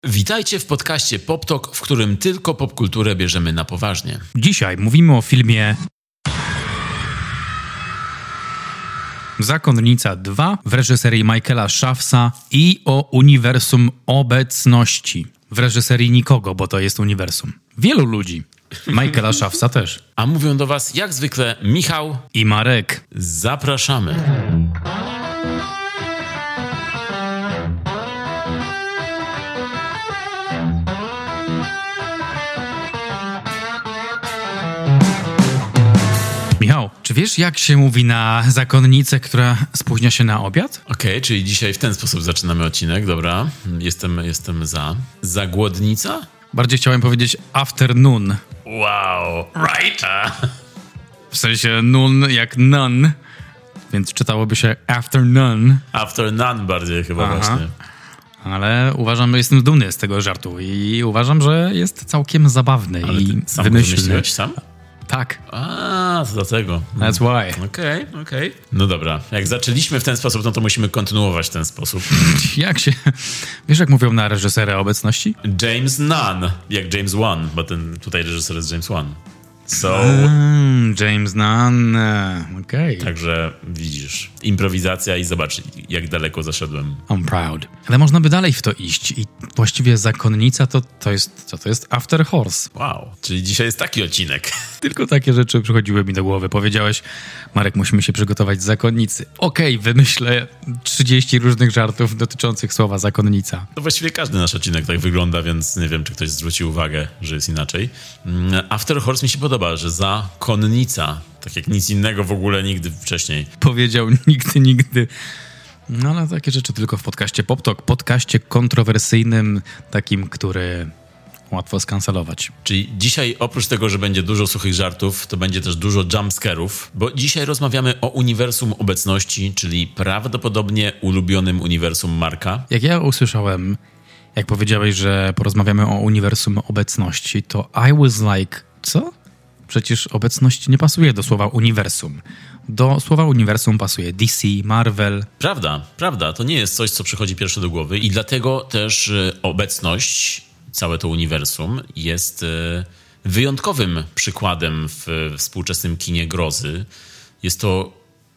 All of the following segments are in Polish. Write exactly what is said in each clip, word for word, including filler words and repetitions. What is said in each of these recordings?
Witajcie w podcaście PopTok, w którym tylko popkulturę bierzemy na poważnie. Dzisiaj mówimy o filmie Zakonnica dwa w reżyserii Michaela Schaffsa i o uniwersum obecności w reżyserii nikogo, bo to jest uniwersum wielu ludzi. Michaela Schaffsa też. A mówią do was jak zwykle Michał i Marek. Zapraszamy. Michał, czy wiesz, jak się mówi na zakonnicę, która spóźnia się na obiad? Okej, okay, czyli dzisiaj w ten sposób zaczynamy odcinek, dobra. Jestem, jestem za. Zagłodnica? Bardziej chciałem powiedzieć afternoon. Wow, right? W sensie noon jak none, więc czytałoby się afternoon. Afternoon bardziej chyba. Aha. Właśnie. Ale uważam, że jestem dumny z tego żartu i uważam, że jest całkiem zabawny. Ale i sam wymyślny. Wymyśliłeś sam? Tak. A, to dlatego. That's why. Okej, okay, okej. Okay. No dobra, jak zaczęliśmy w ten sposób, no to musimy kontynuować w ten sposób. Jak się... Wiesz, jak mówią na reżysera obecności? James Nunn, jak James Wan, bo ten tutaj reżyser jest James Wan. So... Mm, James Nunn, okej. Okay. Także widzisz, improwizacja i zobacz, jak daleko zaszedłem. I'm proud. Ale można by dalej w to iść i właściwie zakonnica to, to jest, co to jest? After Horse. Wow, czyli dzisiaj jest taki odcinek. Tylko takie rzeczy przychodziły mi do głowy. Powiedziałeś, Marek, musimy się przygotować z zakonnicy. Okej, okay, wymyślę trzydzieści różnych żartów dotyczących słowa zakonnica. To właściwie każdy nasz odcinek tak wygląda, więc nie wiem, czy ktoś zwrócił uwagę, że jest inaczej. After Horse mi się podoba, że zakonnica, tak jak nic innego w ogóle nigdy wcześniej. Powiedział nigdy, nigdy. No ale takie rzeczy tylko w podcaście PopTok, podcaście kontrowersyjnym, takim, który łatwo skancelować. Czyli dzisiaj oprócz tego, że będzie dużo suchych żartów, to będzie też dużo jumpscarów, bo dzisiaj rozmawiamy o uniwersum obecności, czyli prawdopodobnie ulubionym uniwersum Marka. Jak ja usłyszałem, jak powiedziałeś, że porozmawiamy o uniwersum obecności, to I was like, co? Przecież obecność nie pasuje do słowa uniwersum. Do słowa uniwersum pasuje D C, Marvel. Prawda, prawda. To nie jest coś, co przychodzi pierwsze do głowy i dlatego też obecność, całe to uniwersum jest wyjątkowym przykładem w współczesnym kinie grozy. Jest to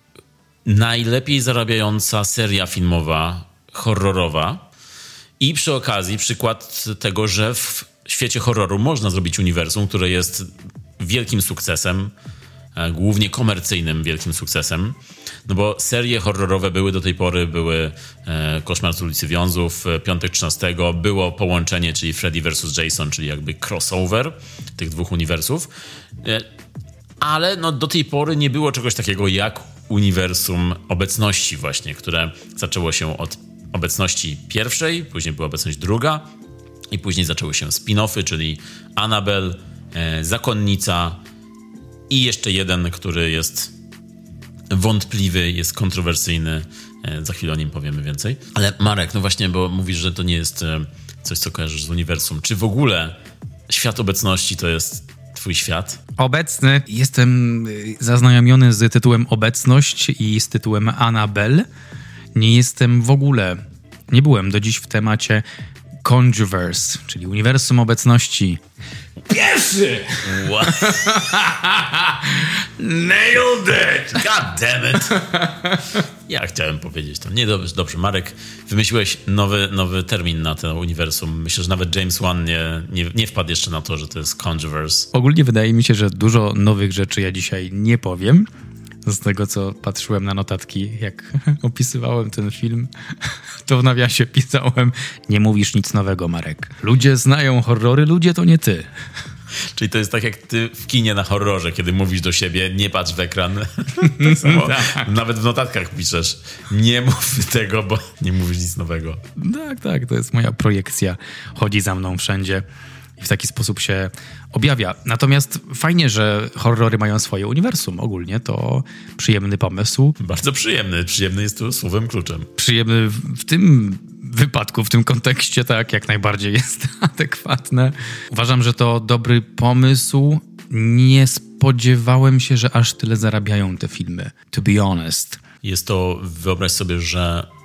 najlepiej zarabiająca seria filmowa, horrorowa i przy okazji przykład tego, że w świecie horroru można zrobić uniwersum, które jest wielkim sukcesem, głównie komercyjnym wielkim sukcesem, no bo serie horrorowe były do tej pory, były e, Koszmar z ulicy Wiązów, Piątek trzynastego, było połączenie, czyli Freddy versus. Jason, czyli jakby crossover tych dwóch uniwersów, e, ale no do tej pory nie było czegoś takiego jak uniwersum obecności właśnie, które zaczęło się od obecności pierwszej, później była obecność druga i później zaczęły się spin-offy, czyli Annabelle, e, Zakonnica i jeszcze jeden, który jest wątpliwy, jest kontrowersyjny. E, za chwilę o nim powiemy więcej. Ale Marek, no właśnie, bo mówisz, że to nie jest e, coś, co kojarzysz z uniwersum. Czy w ogóle świat obecności to jest twój świat? Obecny. Jestem zaznajomiony z tytułem Obecność i z tytułem Annabelle. Nie jestem w ogóle, nie byłem do dziś w temacie Conjuverse, czyli uniwersum obecności. Pierwszy! What? Nailed it! God damn it! Ja chciałem powiedzieć to. Nie, dobrze, dobrze. Marek, wymyśliłeś nowy, nowy termin na to uniwersum. Myślę, że nawet James Wan nie, nie, nie wpadł jeszcze na to, że to jest Conjuverse. Ogólnie wydaje mi się, że dużo nowych rzeczy ja dzisiaj nie powiem. Z tego, co patrzyłem na notatki, jak opisywałem ten film, to w nawiasie pisałem: nie mówisz nic nowego, Marek. Ludzie znają horrory, ludzie to nie ty. Czyli to jest tak jak ty w kinie na horrorze, kiedy mówisz do siebie, nie patrz w ekran. Tak samo. Tak. Nawet w notatkach piszesz, nie mów tego, bo nie mówisz nic nowego. Tak, tak, to jest moja projekcja. Chodzi za mną wszędzie. I w taki sposób się objawia. Natomiast fajnie, że horrory mają swoje uniwersum. Ogólnie to przyjemny pomysł. Bardzo przyjemny. Przyjemny jest tu słowem kluczem. Przyjemny w tym wypadku, w tym kontekście, tak, jak najbardziej jest adekwatne. Uważam, że to dobry pomysł. Nie spodziewałem się, że aż tyle zarabiają te filmy. To be honest. Jest to, wyobraź sobie, że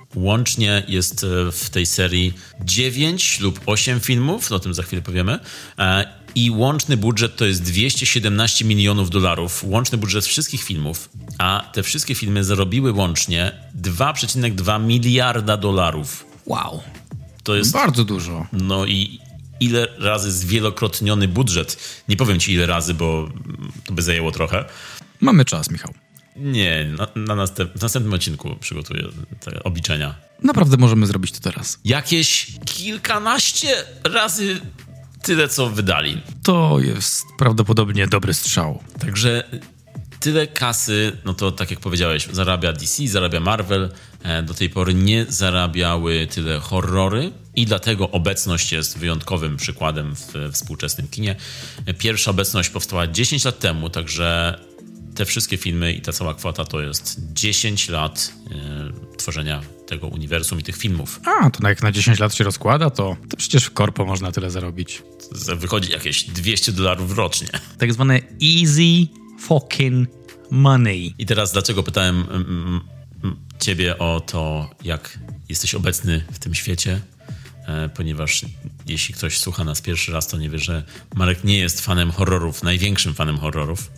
Łącznie jest w tej serii dziewięć lub osiem filmów, o tym za chwilę powiemy. I łączny budżet to jest dwieście siedemnaście milionów dolarów. Łączny budżet wszystkich filmów. A te wszystkie filmy zarobiły łącznie dwa przecinek dwa miliarda dolarów. Wow. To jest bardzo dużo. No i ile razy zwielokrotniony budżet. Nie powiem ci ile razy, bo to by zajęło trochę. Mamy czas, Michał. Nie, na, na następ, w następnym odcinku przygotuję te obliczenia. Naprawdę możemy zrobić to teraz. Jakieś kilkanaście razy tyle, co wydali. To jest prawdopodobnie dobry strzał. Także tyle kasy, no to tak jak powiedziałeś, zarabia D C, zarabia Marvel. Do tej pory nie zarabiały tyle horrory i dlatego obecność jest wyjątkowym przykładem w współczesnym kinie. Pierwsza obecność powstała dziesięć lat temu, także te wszystkie filmy i ta cała kwota to jest dziesięć lat yy, tworzenia tego uniwersum i tych filmów. A, to jak na dziesięć lat się rozkłada, to, to przecież w korpo można tyle zarobić. Wychodzi jakieś dwieście dolarów rocznie. Tak zwane easy fucking money. I teraz dlaczego pytałem mm, mm, ciebie o to, jak jesteś obecny w tym świecie? E, ponieważ jeśli ktoś słucha nas pierwszy raz, to nie wie, że Marek nie jest fanem horrorów, największym fanem horrorów.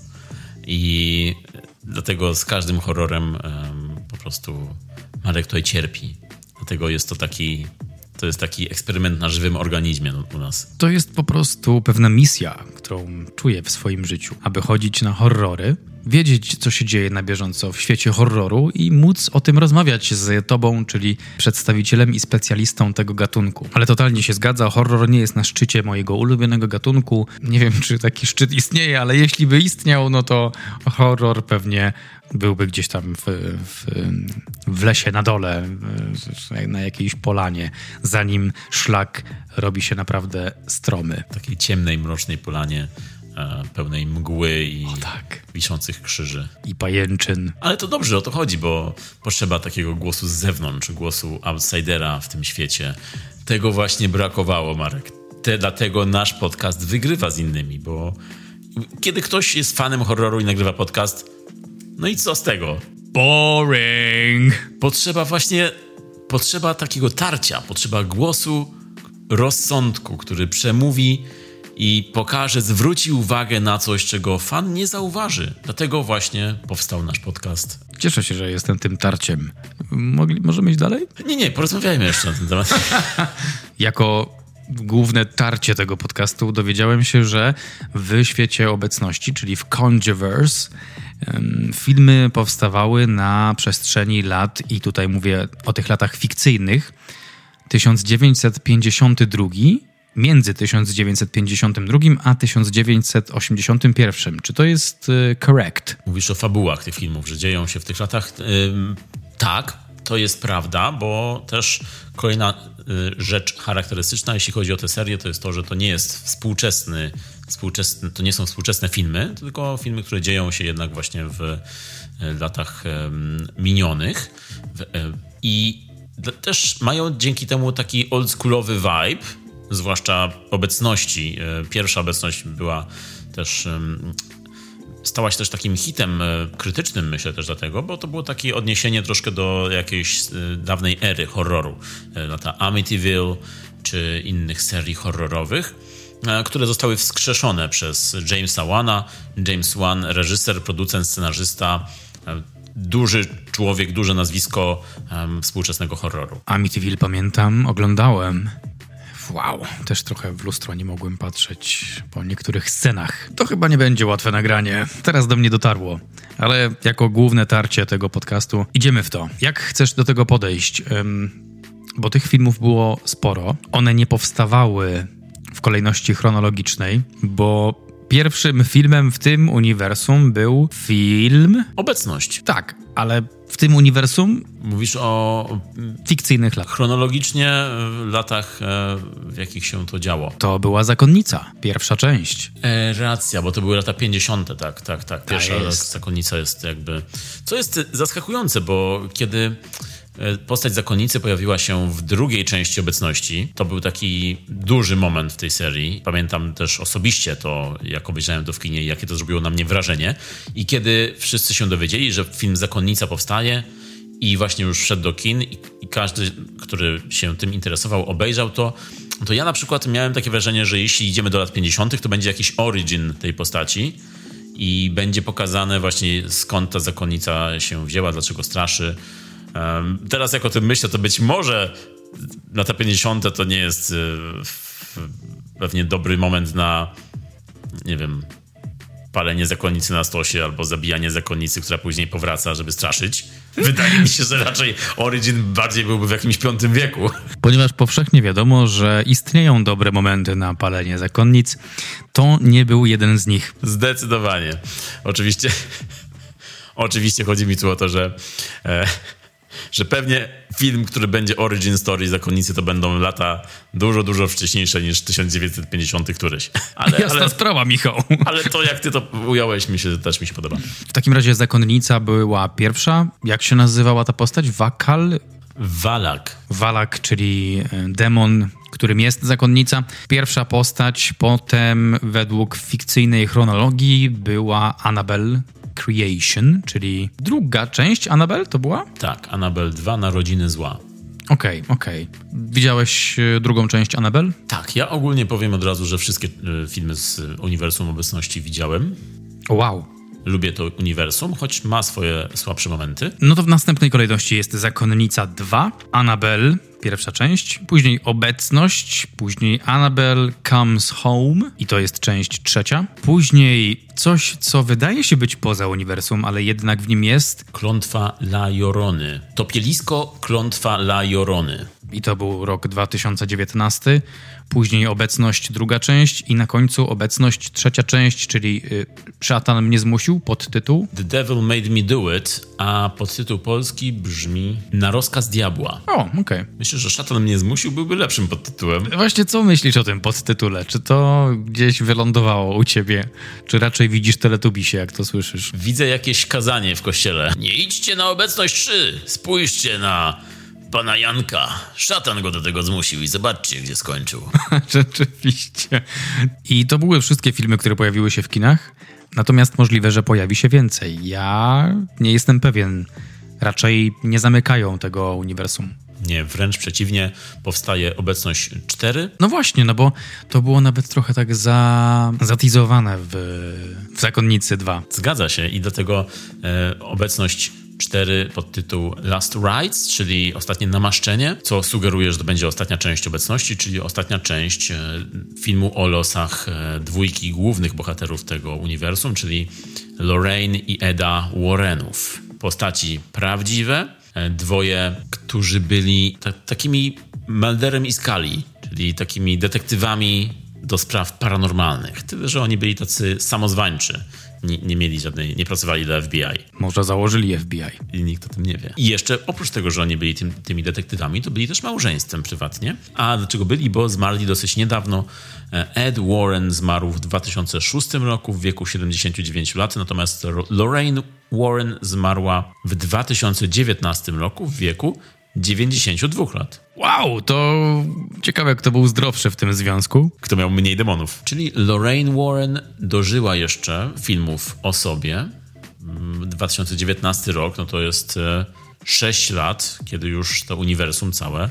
I dlatego z każdym horrorem um, po prostu Marek tutaj cierpi. Dlatego jest to taki, to jest taki eksperyment na żywym organizmie u nas. To jest po prostu pewna misja, którą czuję w swoim życiu. Aby chodzić na horrory, wiedzieć, co się dzieje na bieżąco w świecie horroru i móc o tym rozmawiać z tobą, czyli przedstawicielem i specjalistą tego gatunku. Ale totalnie się zgadza, horror nie jest na szczycie mojego ulubionego gatunku. Nie wiem, czy taki szczyt istnieje, ale jeśli by istniał, no to horror pewnie byłby gdzieś tam w, w, w lesie na dole, na jakiejś polanie, zanim szlak robi się naprawdę stromy. Takiej ciemnej, mrocznej polanie, pełnej mgły i o, tak. wiszących krzyży. I pajęczyn. Ale to dobrze, o to chodzi, bo potrzeba takiego głosu z zewnątrz, głosu outsidera w tym świecie. Tego właśnie brakowało, Marek. Te, dlatego nasz podcast wygrywa z innymi, bo kiedy ktoś jest fanem horroru i nagrywa podcast, no i co z tego? Boring! Potrzeba właśnie, potrzeba takiego tarcia, potrzeba głosu rozsądku, który przemówi i pokaże, zwróci uwagę na coś, czego fan nie zauważy. Dlatego właśnie powstał nasz podcast. Cieszę się, że jestem tym tarciem. Mogli, możemy iść dalej? Nie, nie, porozmawiajmy jeszcze na ten temat. Jako główne tarcie tego podcastu dowiedziałem się, że w świecie obecności, czyli w Conjureverse, filmy powstawały na przestrzeni lat, i tutaj mówię o tych latach fikcyjnych, tysiąc dziewięćset pięćdziesiąty drugi, między tysiąc dziewięćset pięćdziesiątym drugim a tysiąc dziewięćset osiemdziesiątym pierwszym. Czy to jest y, correct? Mówisz o fabułach tych filmów, że dzieją się w tych latach. Ym, tak, to jest prawda, bo też kolejna y, rzecz charakterystyczna, jeśli chodzi o tę serię, to jest to, że to nie jest współczesny, współczesny, to nie są współczesne filmy, tylko filmy, które dzieją się jednak właśnie w y, latach y, minionych. Y, I też mają dzięki temu taki oldschoolowy vibe, zwłaszcza obecności. Pierwsza obecność była też, stała się też takim hitem krytycznym, myślę też dlatego, bo to było takie odniesienie troszkę do jakiejś dawnej ery horroru. Lata Amityville czy innych serii horrorowych, które zostały wskrzeszone przez Jamesa Wana. James Wan, reżyser, producent, scenarzysta, duży człowiek, duże nazwisko um, współczesnego horroru. Amityville pamiętam, oglądałem. Wow, też trochę w lustro nie mogłem patrzeć po niektórych scenach. To chyba nie będzie łatwe nagranie. Teraz do mnie dotarło. Ale jako główne tarcie tego podcastu idziemy w to. Jak chcesz do tego podejść? Um, bo tych filmów było sporo. One nie powstawały w kolejności chronologicznej, bo pierwszym filmem w tym uniwersum był film... Obecność. Tak, ale w tym uniwersum... Mówisz o... fikcyjnych latach. Chronologicznie w latach, w jakich się to działo. To była Zakonnica, pierwsza część. E, racja, bo to były lata pięćdziesiąte, tak, tak, tak. Pierwsza jest. Zakonnica jest jakby... Co jest zaskakujące, bo kiedy... postać Zakonnicy pojawiła się w drugiej części Obecności. To był taki duży moment w tej serii. Pamiętam też osobiście to, jak obejrzałem to w kinie i jakie to zrobiło na mnie wrażenie. I kiedy wszyscy się dowiedzieli, że film Zakonnica powstaje i właśnie już wszedł do kin i, i każdy, który się tym interesował, obejrzał to, to ja na przykład miałem takie wrażenie, że jeśli idziemy do lat pięćdziesiątych, to będzie jakiś origin tej postaci i będzie pokazane właśnie skąd ta zakonnica się wzięła, dlaczego straszy. Um, teraz jak o tym myślę, to być może lata pięćdziesiąte to nie jest y, f, pewnie dobry moment na, nie wiem, palenie zakonnicy na stosie albo zabijanie zakonnicy, która później powraca, żeby straszyć. Wydaje mi się, że raczej origin bardziej byłby w jakimś piątym wieku. Ponieważ powszechnie wiadomo, że istnieją dobre momenty na palenie zakonnic, to nie był jeden z nich. Zdecydowanie. Oczywiście, oczywiście chodzi mi tu o to, że... E, że pewnie film, który będzie origin story zakonnicy, to będą lata dużo, dużo wcześniejsze niż tysiąc dziewięćset pięćdziesiąty któryś. Ale, Jasna ale, sprawa, Michał. Ale to, jak ty to ująłeś, mi się, też mi się podoba. W takim razie zakonnica była pierwsza. Jak się nazywała ta postać? Wakal? Valak. Valak, czyli demon, którym jest zakonnica. Pierwsza postać, potem według fikcyjnej chronologii była Annabelle Creation, czyli druga część Annabelle to była? Tak, Annabelle dwa, Narodziny zła. Okej, okay, okej. Okay. Widziałeś drugą część Annabelle? Tak, ja ogólnie powiem od razu, że wszystkie y, filmy z Uniwersum Obecności widziałem. Wow. Lubię to uniwersum, choć ma swoje słabsze momenty. No to w następnej kolejności jest Zakonnica dwa, Annabelle, pierwsza część, później Obecność, później Annabelle Comes Home i to jest część trzecia. Później coś, co wydaje się być poza uniwersum, ale jednak w nim jest. Klątwa La Llorony. Topielisko Klątwa La Llorony. I to był rok dwa tysiące dziewiętnasty. Później Obecność druga część i na końcu Obecność trzecia część, czyli y, Szatan mnie zmusił, podtytuł. The Devil Made Me Do It, a podtytuł polski brzmi Na rozkaz diabła. O, okej. Okay. Myślę, że Szatan mnie zmusił byłby lepszym podtytułem. Właśnie co myślisz o tym podtytule? Czy to gdzieś wylądowało u ciebie? Czy raczej widzisz Teletubisie, jak to słyszysz? Widzę jakieś kazanie w kościele. Nie idźcie na Obecność trzy, spójrzcie na pana Janka. Szatan go do tego zmusił i zobaczcie, gdzie skończył. Rzeczywiście. I to były wszystkie filmy, które pojawiły się w kinach. Natomiast możliwe, że pojawi się więcej. Ja nie jestem pewien. Raczej nie zamykają tego uniwersum. Nie, wręcz przeciwnie, powstaje Obecność cztery. No właśnie, no bo to było nawet trochę tak za... zatizowane w, w Zakonnicy dwa. Zgadza się i dlatego e, Obecność cztery pod tytuł Last Rites, czyli Ostatnie Namaszczenie, co sugeruje, że to będzie ostatnia część Obecności, czyli ostatnia część e, filmu o losach e, dwójki głównych bohaterów tego uniwersum, czyli Lorraine i Eda Warrenów. Postaci prawdziwe, e, dwoje, którzy byli ta, takimi Mulderem i Scully, czyli takimi detektywami do spraw paranormalnych. Tyle, że oni byli tacy samozwańczy. Nie, nie mieli żadnej, nie pracowali dla F B I. Może założyli F B I. I nikt o tym nie wie. I jeszcze oprócz tego, że oni byli tym, tymi detektywami, to byli też małżeństwem prywatnie. A dlaczego byli? Bo zmarli dosyć niedawno. Ed Warren zmarł w dwa tysiące szóstym roku w wieku siedemdziesięciu dziewięciu lat, natomiast Lorraine Warren zmarła w dwa tysiące dziewiętnastym roku w wieku dziewięćdziesięciu dwóch lat. Wow, to ciekawe, kto był zdrowszy w tym związku. Kto miał mniej demonów. Czyli Lorraine Warren dożyła jeszcze filmów o sobie. dwa tysiące dziewiętnasty rok, no to jest sześć lat, kiedy już to uniwersum całe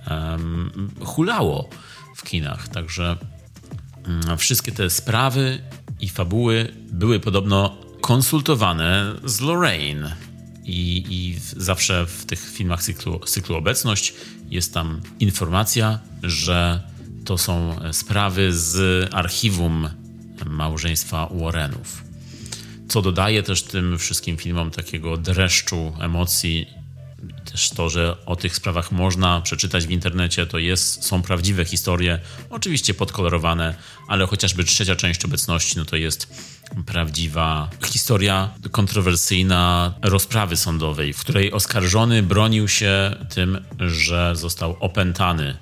um, hulało w kinach. Także um, wszystkie te sprawy i fabuły były podobno konsultowane z Lorraine. I, I zawsze w tych filmach cyklu, cyklu Obecność jest tam informacja, że to są sprawy z archiwum małżeństwa Warrenów. Co dodaje też tym wszystkim filmom takiego dreszczu emocji. Też to, że o tych sprawach można przeczytać w internecie, to jest, są prawdziwe historie, oczywiście podkolorowane, ale chociażby trzecia część Obecności, no to jest prawdziwa historia kontrowersyjna rozprawy sądowej, w której oskarżony bronił się tym, że został opętany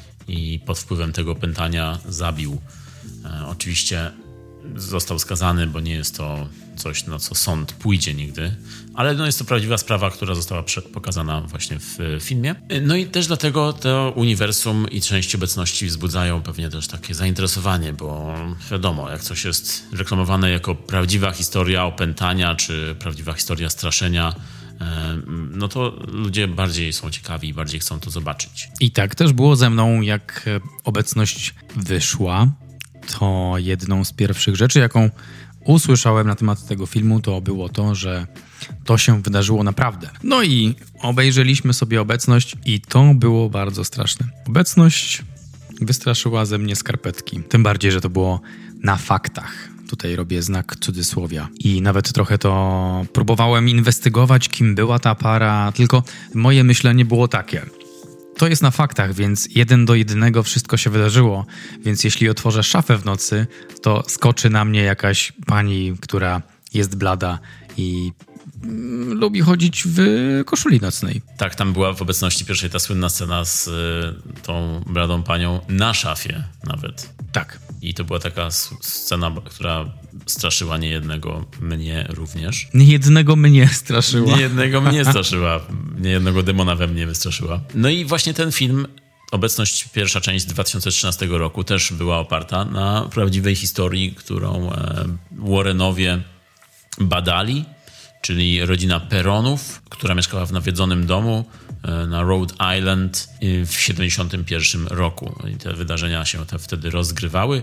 i pod wpływem tego opętania zabił. E, oczywiście został skazany, bo nie jest to coś, na co sąd pójdzie nigdy, ale no jest to prawdziwa sprawa, która została pokazana właśnie w filmie. No i też dlatego to uniwersum i część Obecności wzbudzają pewnie też takie zainteresowanie, bo wiadomo, jak coś jest reklamowane jako prawdziwa historia opętania, czy prawdziwa historia straszenia, no to ludzie bardziej są ciekawi i bardziej chcą to zobaczyć. I tak też było ze mną, jak Obecność wyszła. To jedną z pierwszych rzeczy, jaką usłyszałem na temat tego filmu, to było to, że to się wydarzyło naprawdę. No i obejrzeliśmy sobie Obecność i to było bardzo straszne. Obecność wystraszyła ze mnie skarpetki. Tym bardziej, że to było na faktach. Tutaj robię znak cudzysłowia. I nawet trochę to próbowałem inwestygować, kim była ta para, tylko moje myślenie było takie. To jest na faktach, więc jeden do jednego wszystko się wydarzyło, więc jeśli otworzę szafę w nocy, to skoczy na mnie jakaś pani, która jest blada i mm, lubi chodzić w koszuli nocnej. Tak, tam była w Obecności pierwszej ta słynna scena z y, tą bladą panią na szafie nawet. Tak. I to była taka scena, która straszyła niejednego mnie również. Niejednego mnie straszyła. Niejednego mnie straszyła. Niejednego demona we mnie wystraszyła. No i właśnie ten film, Obecność pierwsza część z dwa tysiące trzynastego roku, też była oparta na prawdziwej historii, którą e, Warrenowie badali, czyli rodzina Peronów, która mieszkała w nawiedzonym domu na Rhode Island w siedemdziesiątym pierwszym roku. I te wydarzenia się te wtedy rozgrywały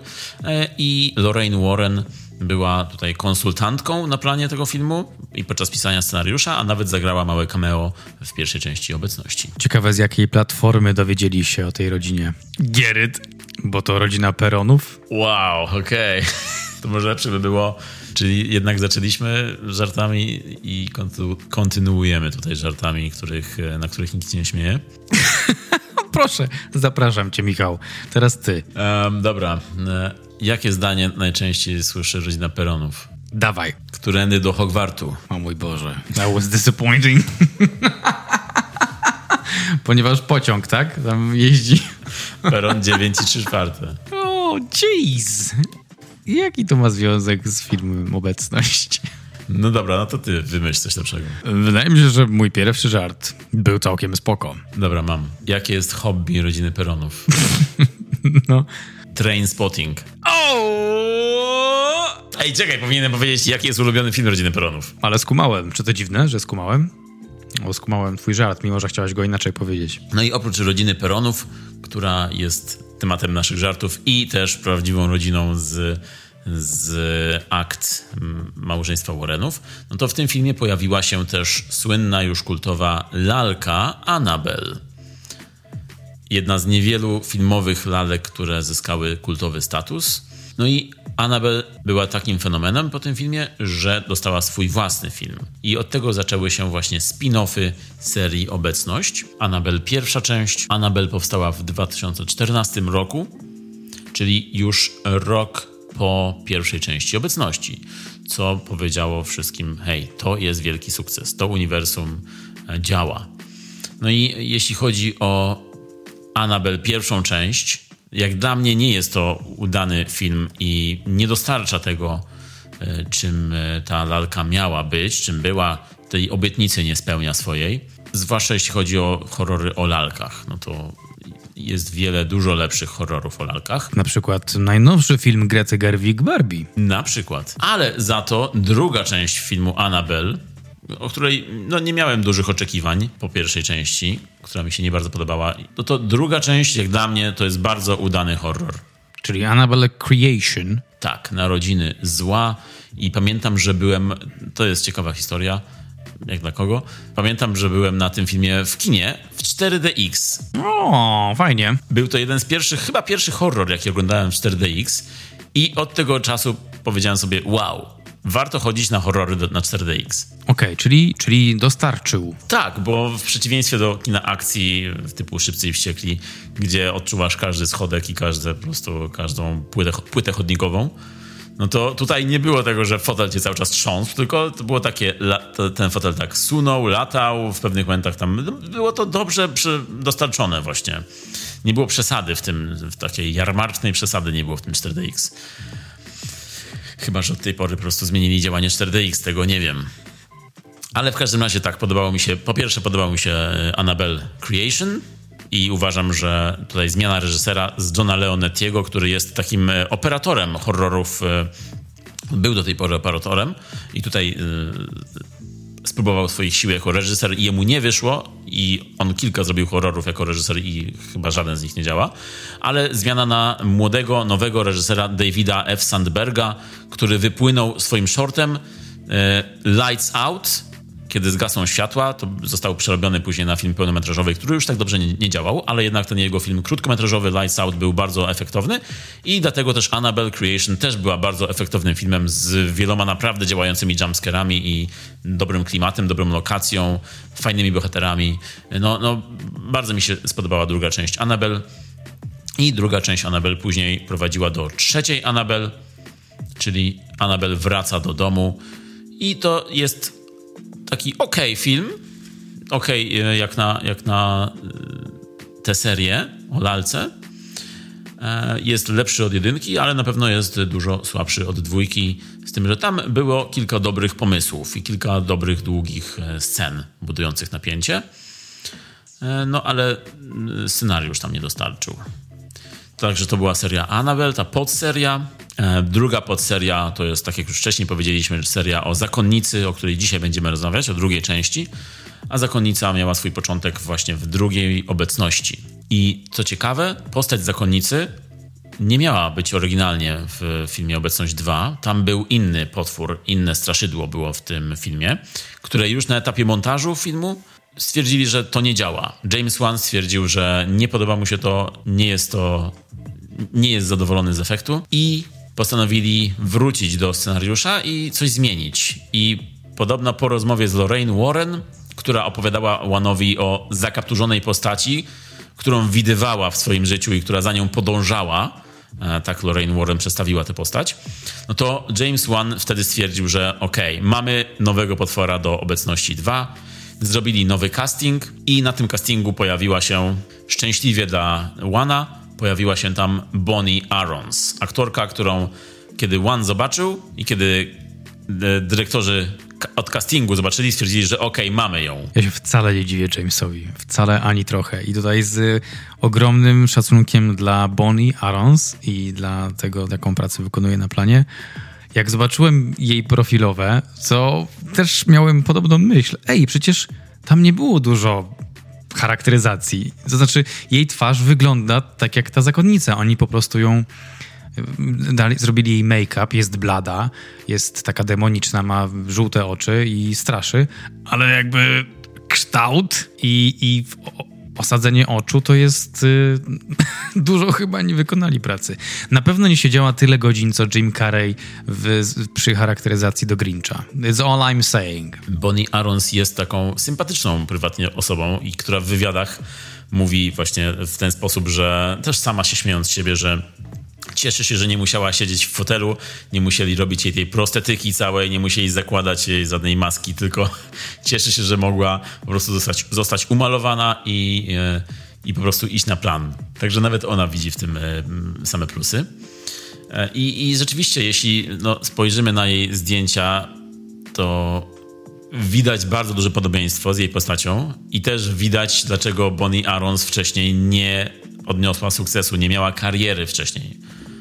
i Lorraine Warren była tutaj konsultantką na planie tego filmu i podczas pisania scenariusza, a nawet zagrała małe cameo w pierwszej części Obecności. Ciekawe, z jakiej platformy dowiedzieli się o tej rodzinie. Get it? Bo to rodzina Peronów? Wow, okej. Okay. To może lepsze by było. Czyli jednak zaczęliśmy żartami i kontynu- kontynuujemy tutaj żartami, których, na których nikt nie śmieje. Proszę, zapraszam cię, Michał. Teraz ty. Um, dobra. Jakie zdanie najczęściej słyszy rodzina Peronów? Dawaj. Którędy do Hogwartu? O mój Boże. That was disappointing. Ponieważ pociąg, tak? Tam jeździ. Peron dziewięć i trzy czwarte. O, jeez. Jaki to ma związek z filmem Obecność? No dobra, no to ty wymyśl coś lepszego. Wydaje mi się, że mój pierwszy żart był całkiem spoko. Dobra, mam. Jakie jest hobby rodziny Peronów? No. Trainspotting. Oh! Ej, czekaj, powinienem powiedzieć, jaki jest ulubiony film rodziny Peronów. Ale skumałem. Czy to dziwne, że skumałem? O, skumałem twój żart, mimo że chciałeś go inaczej powiedzieć. No i oprócz rodziny Peronów, która jest tematem naszych żartów i też prawdziwą rodziną z, z akt małżeństwa Warrenów, no to w tym filmie pojawiła się też słynna już kultowa lalka Annabelle. Jedna z niewielu filmowych lalek, które zyskały kultowy status. No i Annabelle była takim fenomenem po tym filmie, że dostała swój własny film. I od tego zaczęły się właśnie spin-offy serii Obecność. Annabelle pierwsza część. Annabelle powstała w dwa tysiące czternastym roku, czyli już rok po pierwszej części Obecności, co powiedziało wszystkim, hej, to jest wielki sukces, to uniwersum działa. No i jeśli chodzi o Annabelle pierwszą część, jak dla mnie nie jest to udany film i nie dostarcza tego, czym ta lalka miała być, czym była, tej obietnicy nie spełnia swojej. Zwłaszcza jeśli chodzi o horrory o lalkach. No to jest wiele dużo lepszych horrorów o lalkach. Na przykład najnowszy film Grety Gerwig Barbie. Na przykład. Ale za to druga część filmu Annabelle, o której no, nie miałem dużych oczekiwań po pierwszej części, która mi się nie bardzo podobała, no to druga część, jak dla mnie, to jest bardzo udany horror. Czyli Annabelle Creation. Tak, Narodziny Zła. I pamiętam, że byłem, to jest ciekawa historia, jak dla kogo, pamiętam, że byłem na tym filmie w kinie w cztery D X. O, fajnie. Był to jeden z pierwszych, chyba pierwszy horror, jaki oglądałem w cztery D X i od tego czasu powiedziałem sobie, wow, warto chodzić na horrory do, na cztery D X. Okej, okay, czyli, czyli dostarczył. Tak, bo w przeciwieństwie do kina akcji typu Szybcy i Wściekli, gdzie odczuwasz każdy schodek i każde, po prostu każdą płytę, płytę chodnikową, no to tutaj nie było tego, że fotel cię cały czas trząsł, tylko to było takie, to, ten fotel tak sunął, latał, w pewnych momentach tam było to dobrze przy, dostarczone właśnie. Nie było przesady w tym, w takiej jarmarcznej przesady nie było w tym cztery D X. Chyba że od tej pory po prostu zmienili działanie cztery D X, tego nie wiem. Ale w każdym razie tak, podobało mi się, po pierwsze podobał mi się Annabelle Creation i uważam, że tutaj zmiana reżysera z Johna Leonettiego, który jest takim operatorem horrorów, był do tej pory operatorem i tutaj spróbował swoich sił jako reżyser i jemu nie wyszło i on kilka zrobił horrorów jako reżyser i chyba żaden z nich nie działa, ale zmiana na młodego, nowego reżysera Davida F. Sandberga, który wypłynął swoim shortem e, Lights Out. Kiedy zgasną światła, to został przerobiony później na film pełnometrażowy, który już tak dobrze nie, nie działał, ale jednak ten jego film krótkometrażowy Lights Out był bardzo efektowny i dlatego też Annabelle Creation też była bardzo efektownym filmem z wieloma naprawdę działającymi jumpscarami i dobrym klimatem, dobrą lokacją, fajnymi bohaterami. No, no bardzo mi się spodobała druga część Annabelle i druga część Annabelle później prowadziła do trzeciej Annabelle, czyli Annabelle wraca do domu i to jest taki okej okay film, okej okay, jak na, jak na tę serię o lalce. Jest lepszy od jedynki, ale na pewno jest dużo słabszy od dwójki, z tym, że tam było kilka dobrych pomysłów i kilka dobrych, długich scen budujących napięcie. No ale scenariusz tam nie dostarczył. Także to była seria Annabelle, ta podseria. Druga podseria to jest, tak jak już wcześniej powiedzieliśmy, seria o Zakonnicy, o której dzisiaj będziemy rozmawiać, o drugiej części. A Zakonnica miała swój początek właśnie w drugiej obecności. I co ciekawe, postać Zakonnicy nie miała być oryginalnie w filmie Obecność dwa. Tam był inny potwór, inne straszydło było w tym filmie, które już na etapie montażu filmu stwierdzili, że to nie działa. James Wan stwierdził, że nie podoba mu się to, nie jest to, nie jest zadowolony z efektu i postanowili wrócić do scenariusza i coś zmienić. I podobno po rozmowie z Lorraine Warren, która opowiadała Wanowi o zakapturzonej postaci, którą widywała w swoim życiu i która za nią podążała, tak Lorraine Warren przedstawiła tę postać, no to James Wan wtedy stwierdził, że okej, okay, mamy nowego potwora do Obecności dwa, zrobili nowy casting i na tym castingu pojawiła się, szczęśliwie dla Wana, pojawiła się tam Bonnie Arons, aktorka, którą kiedy Wan zobaczył i kiedy dyrektorzy od castingu zobaczyli, stwierdzili, że okej, okay, mamy ją. Ja się wcale nie dziwię Jamesowi. Wcale ani trochę. I tutaj z ogromnym szacunkiem dla Bonnie Arons i dla tego, jaką pracę wykonuje na planie. Jak zobaczyłem jej profilowe, to też miałem podobną myśl. Ej, przecież tam nie było dużo charakteryzacji. To znaczy, jej twarz wygląda tak jak ta zakonnica. Oni po prostu ją dali, zrobili jej make-up, jest blada, jest taka demoniczna, ma żółte oczy i straszy, ale jakby kształt i, i osadzenie oczu to jest y, dużo chyba nie wykonali pracy. Na pewno nie siedziała tyle godzin, co Jim Carrey w, przy charakteryzacji do Grincha. It's all I'm saying. Bonnie Arons jest taką sympatyczną prywatnie osobą i która w wywiadach mówi właśnie w ten sposób, że też sama się śmiejąc z siebie, że cieszy się, że nie musiała siedzieć w fotelu, nie musieli robić jej tej prostetyki całej, nie musieli zakładać jej żadnej maski, tylko cieszy się, że mogła po prostu zostać, zostać umalowana i, i po prostu iść na plan. Także nawet ona widzi w tym same plusy. I, i rzeczywiście, jeśli no, spojrzymy na jej zdjęcia, to widać bardzo duże podobieństwo z jej postacią i też widać, dlaczego Bonnie Arons wcześniej nie odniosła sukcesu, nie miała kariery wcześniej.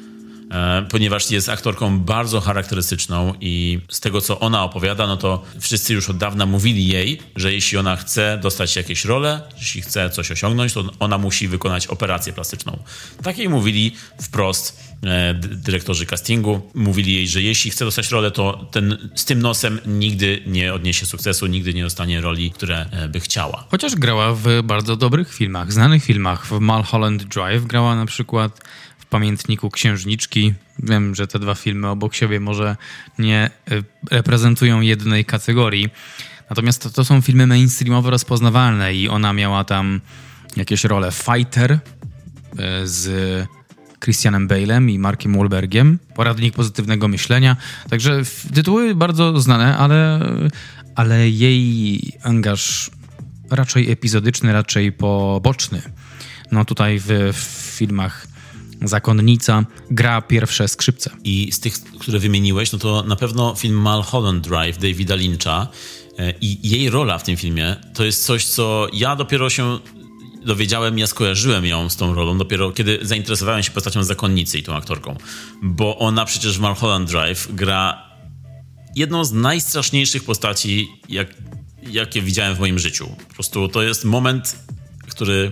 Ponieważ jest aktorką bardzo charakterystyczną i z tego, co ona opowiada, no to wszyscy już od dawna mówili jej, że jeśli ona chce dostać jakieś role, jeśli chce coś osiągnąć, to ona musi wykonać operację plastyczną. Tak jej mówili wprost e, dyrektorzy castingu. Mówili jej, że jeśli chce dostać rolę, to ten, z tym nosem nigdy nie odniesie sukcesu, nigdy nie dostanie roli, które e, by chciała. Chociaż grała w bardzo dobrych filmach, znanych filmach. W Mulholland Drive grała na przykład, w Pamiętniku Księżniczki. Wiem, że te dwa filmy obok siebie może nie reprezentują jednej kategorii. Natomiast to, to są filmy mainstreamowo rozpoznawalne i ona miała tam jakieś role. Fighter z Christianem Bale'em i Markiem Wahlbergiem. Poradnik pozytywnego myślenia. Także tytuły bardzo znane, ale, ale jej angaż raczej epizodyczny, raczej poboczny. No tutaj w, w filmach Zakonnica gra pierwsze skrzypce. I z tych, które wymieniłeś, no to na pewno film Mulholland Drive Davida Lyncha i jej rola w tym filmie to jest coś, co ja dopiero się dowiedziałem, ja skojarzyłem ją z tą rolą dopiero kiedy zainteresowałem się postacią Zakonnicy i tą aktorką. Bo ona przecież w Mulholland Drive gra jedną z najstraszniejszych postaci, jak, jakie widziałem w moim życiu. Po prostu to jest moment, który,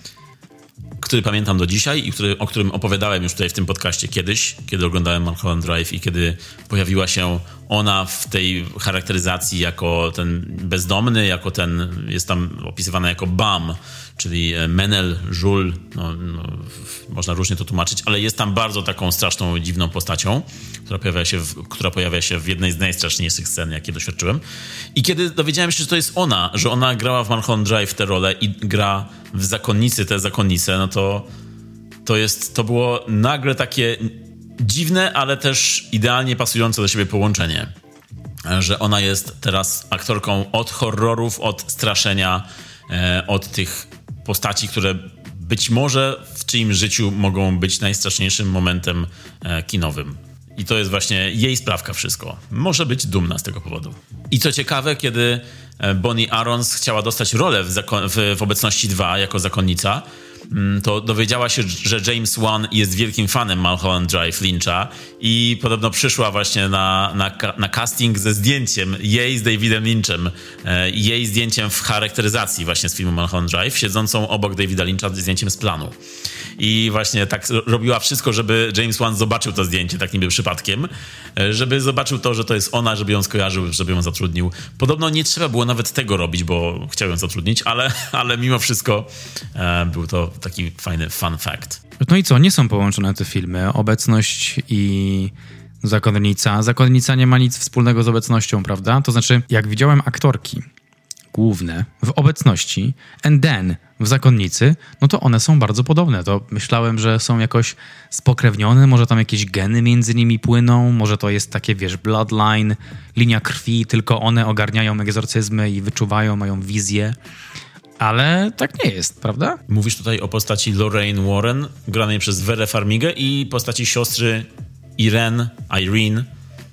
który pamiętam do dzisiaj i który, o którym opowiadałem już tutaj w tym podcaście kiedyś, kiedy oglądałem Mulholland Drive i kiedy pojawiła się ona w tej charakteryzacji jako ten bezdomny, jako ten, jest tam opisywana jako bum, czyli menel, żul, no, no, można różnie to tłumaczyć, ale jest tam bardzo taką straszną, dziwną postacią, która pojawia się w, która pojawia się w jednej z najstraszniejszych scen, jakie doświadczyłem. I kiedy dowiedziałem się, że to jest ona, że ona grała w Mulholland Drive tę rolę i gra w Zakonnicy tę zakonnicę, no to to jest, to było nagle takie dziwne, ale też idealnie pasujące do siebie połączenie, że ona jest teraz aktorką od horrorów, od straszenia, od tych postaci, które być może w czyimś życiu mogą być najstraszniejszym momentem kinowym. I to jest właśnie jej sprawka wszystko. Może być dumna z tego powodu. I co ciekawe, kiedy Bonnie Arons chciała dostać rolę w, zakon- w, w Obecności dwa jako zakonnica, to dowiedziała się, że James Wan jest wielkim fanem Mulholland Drive Lyncha i podobno przyszła właśnie na, na, na casting ze zdjęciem jej z Davidem Lynchem, jej zdjęciem w charakteryzacji właśnie z filmu Mulholland Drive, siedzącą obok Davida Lyncha zdjęciem z planu. I właśnie tak robiła wszystko, żeby James Wan zobaczył to zdjęcie, tak niby przypadkiem, żeby zobaczył to, że to jest ona, żeby ją skojarzył, żeby ją zatrudnił. Podobno nie trzeba było nawet tego robić, bo chciał ją zatrudnić, ale, ale mimo wszystko e, był to taki fajny fun fact. No i co, nie są połączone te filmy? Obecność i Zakonnica. Zakonnica nie ma nic wspólnego z Obecnością, prawda? To znaczy, jak widziałem aktorki główne w Obecności and then w Zakonnicy, no to one są bardzo podobne. To myślałem, że są jakoś spokrewnione, może tam jakieś geny między nimi płyną, może to jest takie, wiesz, bloodline, linia krwi, tylko one ogarniają egzorcyzmy i wyczuwają, mają wizję. Ale tak nie jest, prawda? Mówisz tutaj o postaci Lorraine Warren, granej przez Verę Farmigę, i postaci siostry Irene, Irene,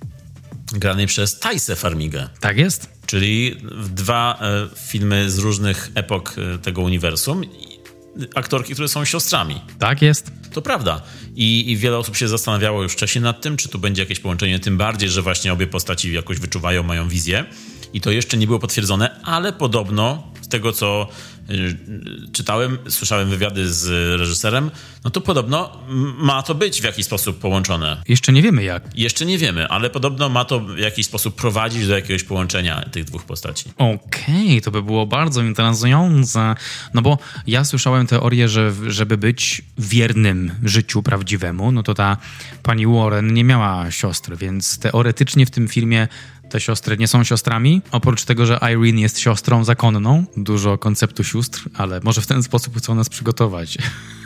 granej przez Taissę Farmigę. Tak jest. Czyli dwa e, filmy z różnych epok e, tego uniwersum. Aktorki, które są siostrami. Tak jest. To prawda. I, I wiele osób się zastanawiało już wcześniej nad tym, czy tu będzie jakieś połączenie, tym bardziej, że właśnie obie postaci jakoś wyczuwają, mają wizję. I to jeszcze nie było potwierdzone, ale podobno z tego, co y, czytałem, słyszałem wywiady z reżyserem, no to podobno ma to być w jakiś sposób połączone. Jeszcze nie wiemy jak. Jeszcze nie wiemy, ale podobno ma to w jakiś sposób prowadzić do jakiegoś połączenia tych dwóch postaci. Okej, okay, to by było bardzo interesujące. No bo ja słyszałem teorię, że żeby być wiernym życiu prawdziwemu, no to ta pani Warren nie miała siostry, więc teoretycznie w tym filmie te siostry nie są siostrami. Oprócz tego, że Irene jest siostrą zakonną. Dużo konceptu sióstr, ale może w ten sposób chcą nas przygotować.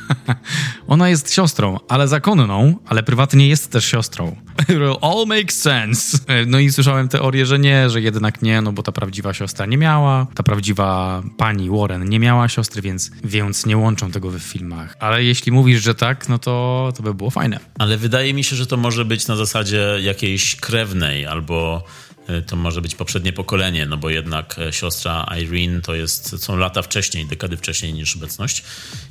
Ona jest siostrą, ale zakonną, ale prywatnie jest też siostrą. It all makes sense. No i słyszałem teorię, że nie, że jednak nie, no bo ta prawdziwa siostra nie miała, ta prawdziwa pani Warren nie miała siostry, więc, więc nie łączą tego w filmach. Ale jeśli mówisz, że tak, no to, to by było fajne. Ale wydaje mi się, że to może być na zasadzie jakiejś krewnej, albo to może być poprzednie pokolenie, no bo jednak siostra Irene to jest, są lata wcześniej, dekady wcześniej niż Obecność.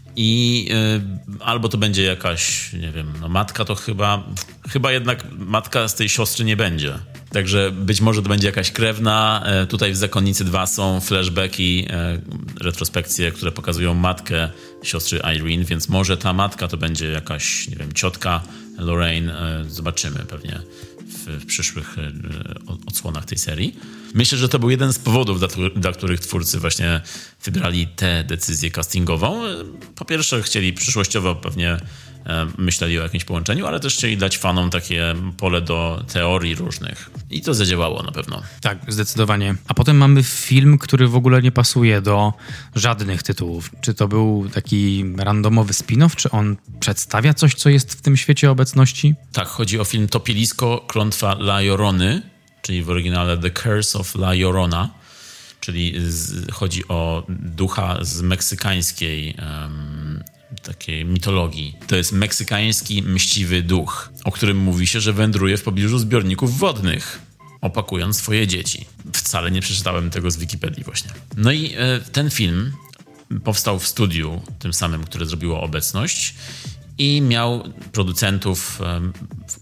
I y, albo to będzie jakaś, nie wiem, no matka to chyba, chyba jednak matka z tej siostry nie będzie. Także być może to będzie jakaś krewna. E, tutaj w Zakonnicy dwa są flashbacki, e, retrospekcje, które pokazują matkę siostry Irene, więc może ta matka to będzie jakaś, nie wiem, ciotka Lorraine. E, zobaczymy pewnie w, w przyszłych e, odsłonach tej serii. Myślę, że to był jeden z powodów, dla, dla których twórcy właśnie wybrali tę decyzję castingową. Po pierwsze, chcieli przyszłościowo pewnie e, myśleli o jakimś połączeniu, ale też chcieli dać fanom takie pole do teorii różnych. I to zadziałało na pewno. Tak, zdecydowanie. A potem mamy film, który w ogóle nie pasuje do żadnych tytułów. Czy to był taki randomowy spin-off, czy on przedstawia coś, co jest w tym świecie Obecności? Tak, chodzi o film Topielisko, klątwa La Llorony, czyli w oryginale The Curse of La Llorona, czyli z, chodzi o ducha z meksykańskiej um, takiej mitologii. To jest meksykański mściwy duch, o którym mówi się, że wędruje w pobliżu zbiorników wodnych, opakując swoje dzieci. Wcale nie przeczytałem tego z Wikipedii właśnie. No i e, ten film powstał w studiu, tym samym, które zrobiło Obecność, i miał producentów e,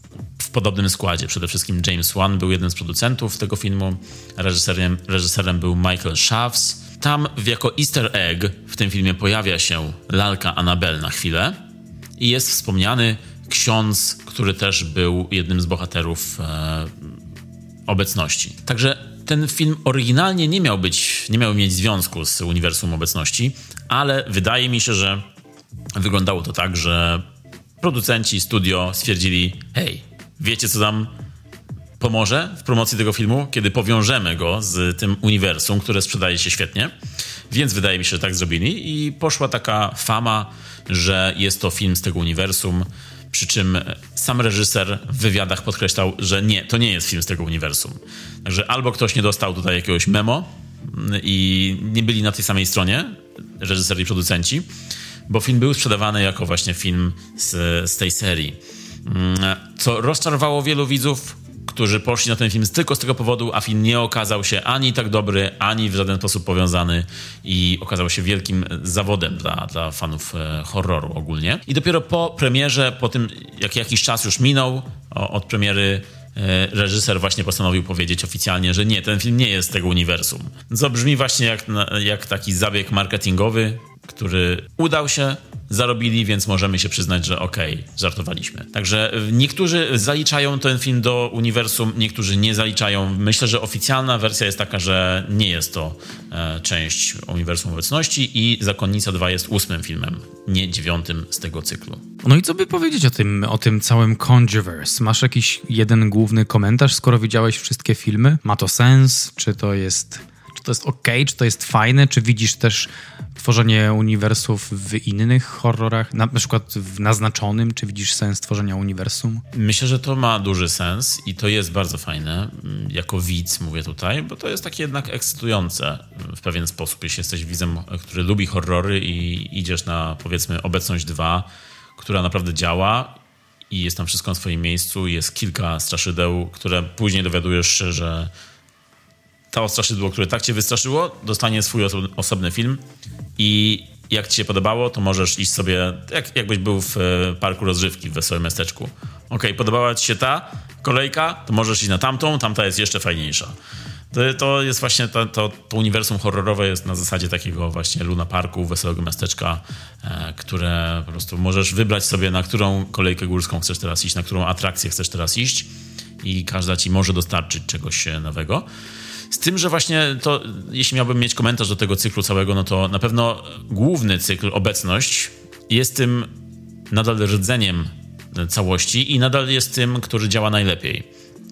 w podobnym składzie. Przede wszystkim James Wan był jednym z producentów tego filmu, reżyserem, reżyserem był Michael Chaves. Tam jako easter egg w tym filmie pojawia się lalka Annabelle na chwilę i jest wspomniany ksiądz, który też był jednym z bohaterów e, obecności. Także ten film oryginalnie nie miał być, nie miał mieć związku z uniwersum obecności, ale wydaje mi się, że wyglądało to tak, że producenci, studio stwierdzili, hej, wiecie co nam pomoże w promocji tego filmu, kiedy powiążemy go z tym uniwersum, które sprzedaje się świetnie. Więc wydaje mi się, że tak zrobili i poszła taka fama, że jest to film z tego uniwersum, przy czym sam reżyser w wywiadach podkreślał, że nie, to nie jest film z tego uniwersum. Także albo ktoś nie dostał tutaj jakiegoś memo i nie byli na tej samej stronie, reżyser i producenci, bo film był sprzedawany jako właśnie film z, z tej serii. Co rozczarowało wielu widzów, którzy poszli na ten film tylko z tego powodu, a film nie okazał się ani tak dobry, ani w żaden sposób powiązany i okazał się wielkim zawodem dla, dla fanów e, horroru ogólnie. I dopiero po premierze, po tym jak jakiś czas już minął o, od premiery, e, reżyser właśnie postanowił powiedzieć oficjalnie, że nie, ten film nie jest z tego uniwersum. Co brzmi właśnie jak, jak taki zabieg marketingowy, który udał się, zarobili, więc możemy się przyznać, że okej, okay, żartowaliśmy. Także niektórzy zaliczają ten film do uniwersum, niektórzy nie zaliczają. Myślę, że oficjalna wersja jest taka, że nie jest to e, część uniwersum obecności i Zakonnica dwa jest ósmym filmem, nie dziewiątym z tego cyklu. No i co by powiedzieć o tym, o tym całym Conjureverse? Masz jakiś jeden główny komentarz, skoro widziałeś wszystkie filmy? Ma to sens? Czy to jest... Czy to jest okej, czy to jest fajne, czy widzisz też tworzenie uniwersów w innych horrorach, na przykład w Naznaczonym, czy widzisz sens tworzenia uniwersum? Myślę, że to ma duży sens i to jest bardzo fajne, jako widz mówię tutaj, bo to jest takie jednak ekscytujące w pewien sposób, jeśli jesteś widzem, który lubi horrory i idziesz na, powiedzmy, Obecność dwa, która naprawdę działa i jest tam wszystko na swoim miejscu, jest kilka straszydeł, które później dowiadujesz się, że to straszydło, które tak cię wystraszyło, dostanie swój oso- osobny film i jak ci się podobało, to możesz iść sobie, jak, jakbyś był w e, parku rozrywki w Wesołym Miasteczku. Okej, okay, podobała ci się ta kolejka, to możesz iść na tamtą, tamta jest jeszcze fajniejsza. To, to jest właśnie, to, to, to uniwersum horrorowe jest na zasadzie takiego właśnie Luna Parku, Wesołego Miasteczka, e, które po prostu możesz wybrać sobie, na którą kolejkę górską chcesz teraz iść, na którą atrakcję chcesz teraz iść i każda ci może dostarczyć czegoś nowego. Z tym, że właśnie to, jeśli miałbym mieć komentarz do tego cyklu całego, no to na pewno główny cykl, Obecność, jest tym nadal rdzeniem całości i nadal jest tym, który działa najlepiej.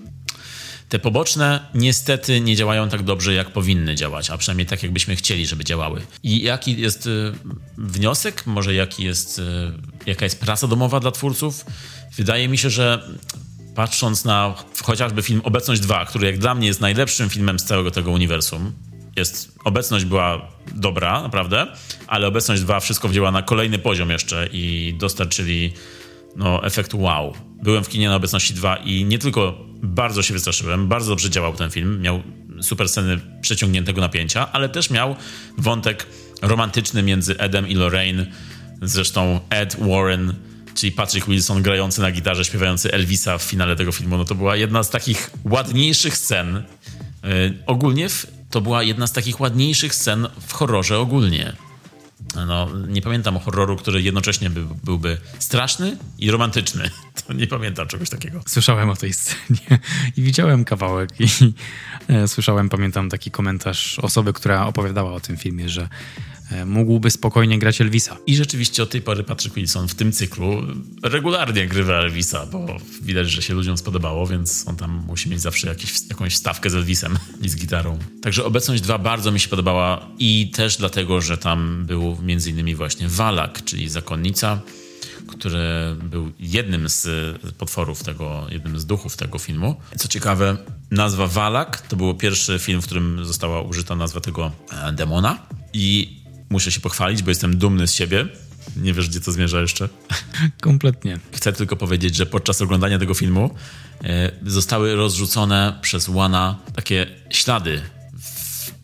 Te poboczne niestety nie działają tak dobrze, jak powinny działać, a przynajmniej tak, jakbyśmy chcieli, żeby działały. I jaki jest wniosek? Może jaki jest, jaka jest praca domowa dla twórców? Wydaje mi się, że patrząc na chociażby film Obecność dwa, który jak dla mnie jest najlepszym filmem z całego tego uniwersum, jest, Obecność była dobra, naprawdę, ale Obecność dwa wszystko wzięła na kolejny poziom jeszcze i dostarczyli no, efektu wow. Byłem w kinie na Obecności dwa i nie tylko bardzo się wystraszyłem, bardzo dobrze działał ten film, miał super sceny przeciągniętego napięcia, ale też miał wątek romantyczny między Edem i Lorraine, zresztą Ed Warren, czyli Patrick Wilson grający na gitarze, śpiewający Elvisa w finale tego filmu, no to była jedna z takich ładniejszych scen. Yy, ogólnie w, to była jedna z takich ładniejszych scen w horrorze ogólnie. No, nie pamiętam o horroru, który jednocześnie by, byłby straszny i romantyczny. To nie pamiętam czegoś takiego. Słyszałem o tej scenie i widziałem kawałek i e, słyszałem, pamiętam taki komentarz osoby, która opowiadała o tym filmie, że e, mógłby spokojnie grać Elvisa. I rzeczywiście od tej pory Patrick Wilson w tym cyklu regularnie grywa Elvisa, bo widać, że się ludziom spodobało, więc on tam musi mieć zawsze jakiś, jakąś wstawkę z Elvisem i z gitarą. Także Obecność dwa bardzo mi się podobała i też dlatego, że tam był między innymi właśnie Walak, czyli zakonnica, który był jednym z potworów tego, jednym z duchów tego filmu. Co ciekawe, nazwa Walak to był pierwszy film, w którym została użyta nazwa tego e, demona i muszę się pochwalić, bo jestem dumny z siebie. Nie wiesz, gdzie to zmierza jeszcze? Kompletnie. Chcę tylko powiedzieć, że podczas oglądania tego filmu e, zostały rozrzucone przez Wana takie ślady w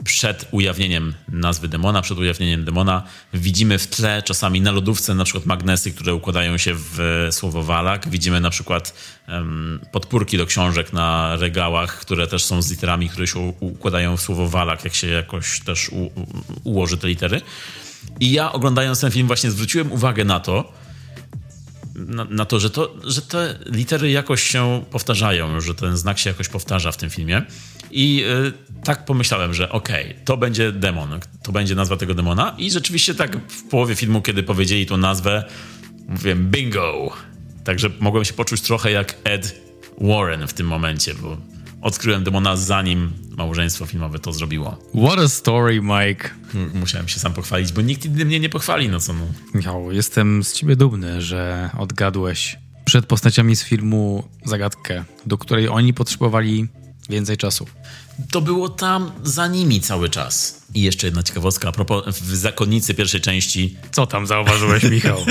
przed ujawnieniem nazwy demona, przed ujawnieniem demona widzimy w tle czasami na lodówce na przykład magnesy, które układają się w słowo Valak. Widzimy na przykład um, podpórki do książek na regałach, które też są z literami, które się u- układają w słowo Valak, jak się jakoś też u- u- ułoży te litery. I ja oglądając ten film właśnie zwróciłem uwagę na to, na, na to, że to, że te litery jakoś się powtarzają, że ten znak się jakoś powtarza w tym filmie. I y, tak pomyślałem, że okej, okay, to będzie demon, to będzie nazwa tego demona. I rzeczywiście tak w połowie filmu, kiedy powiedzieli tą nazwę, mówiłem bingo. Także mogłem się poczuć trochę jak Ed Warren w tym momencie, bo odkryłem demona zanim małżeństwo filmowe to zrobiło. What a story, Mike. Musiałem się sam pochwalić, bo nikt inny mnie nie pochwali, no co no. Michał, jestem z ciebie dumny, że odgadłeś przed postaciami z filmu zagadkę, do której oni potrzebowali więcej czasu. To było tam za nimi cały czas. I jeszcze jedna ciekawostka, a propos w Zakonnicy pierwszej części. Co tam zauważyłeś, Michał?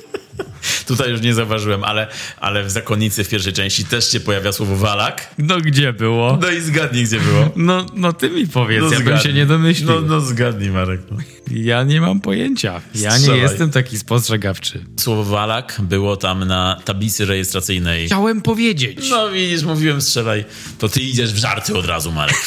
Tutaj już nie zauważyłem, ale, ale w Zakonnicy w pierwszej części też się pojawia słowo Valak. No gdzie było? No i zgadnij, gdzie było. No, no ty mi powiedz, No ja zgadnij. bym się nie domyślił. No, no zgadnij, Marek. No. Ja nie mam pojęcia. Ja Strzelaj. nie jestem taki spostrzegawczy. Słowo Valak było tam na tablicy rejestracyjnej. Chciałem powiedzieć. No widzisz, mówiłem strzelaj. To ty idziesz w żarty od razu, Marek.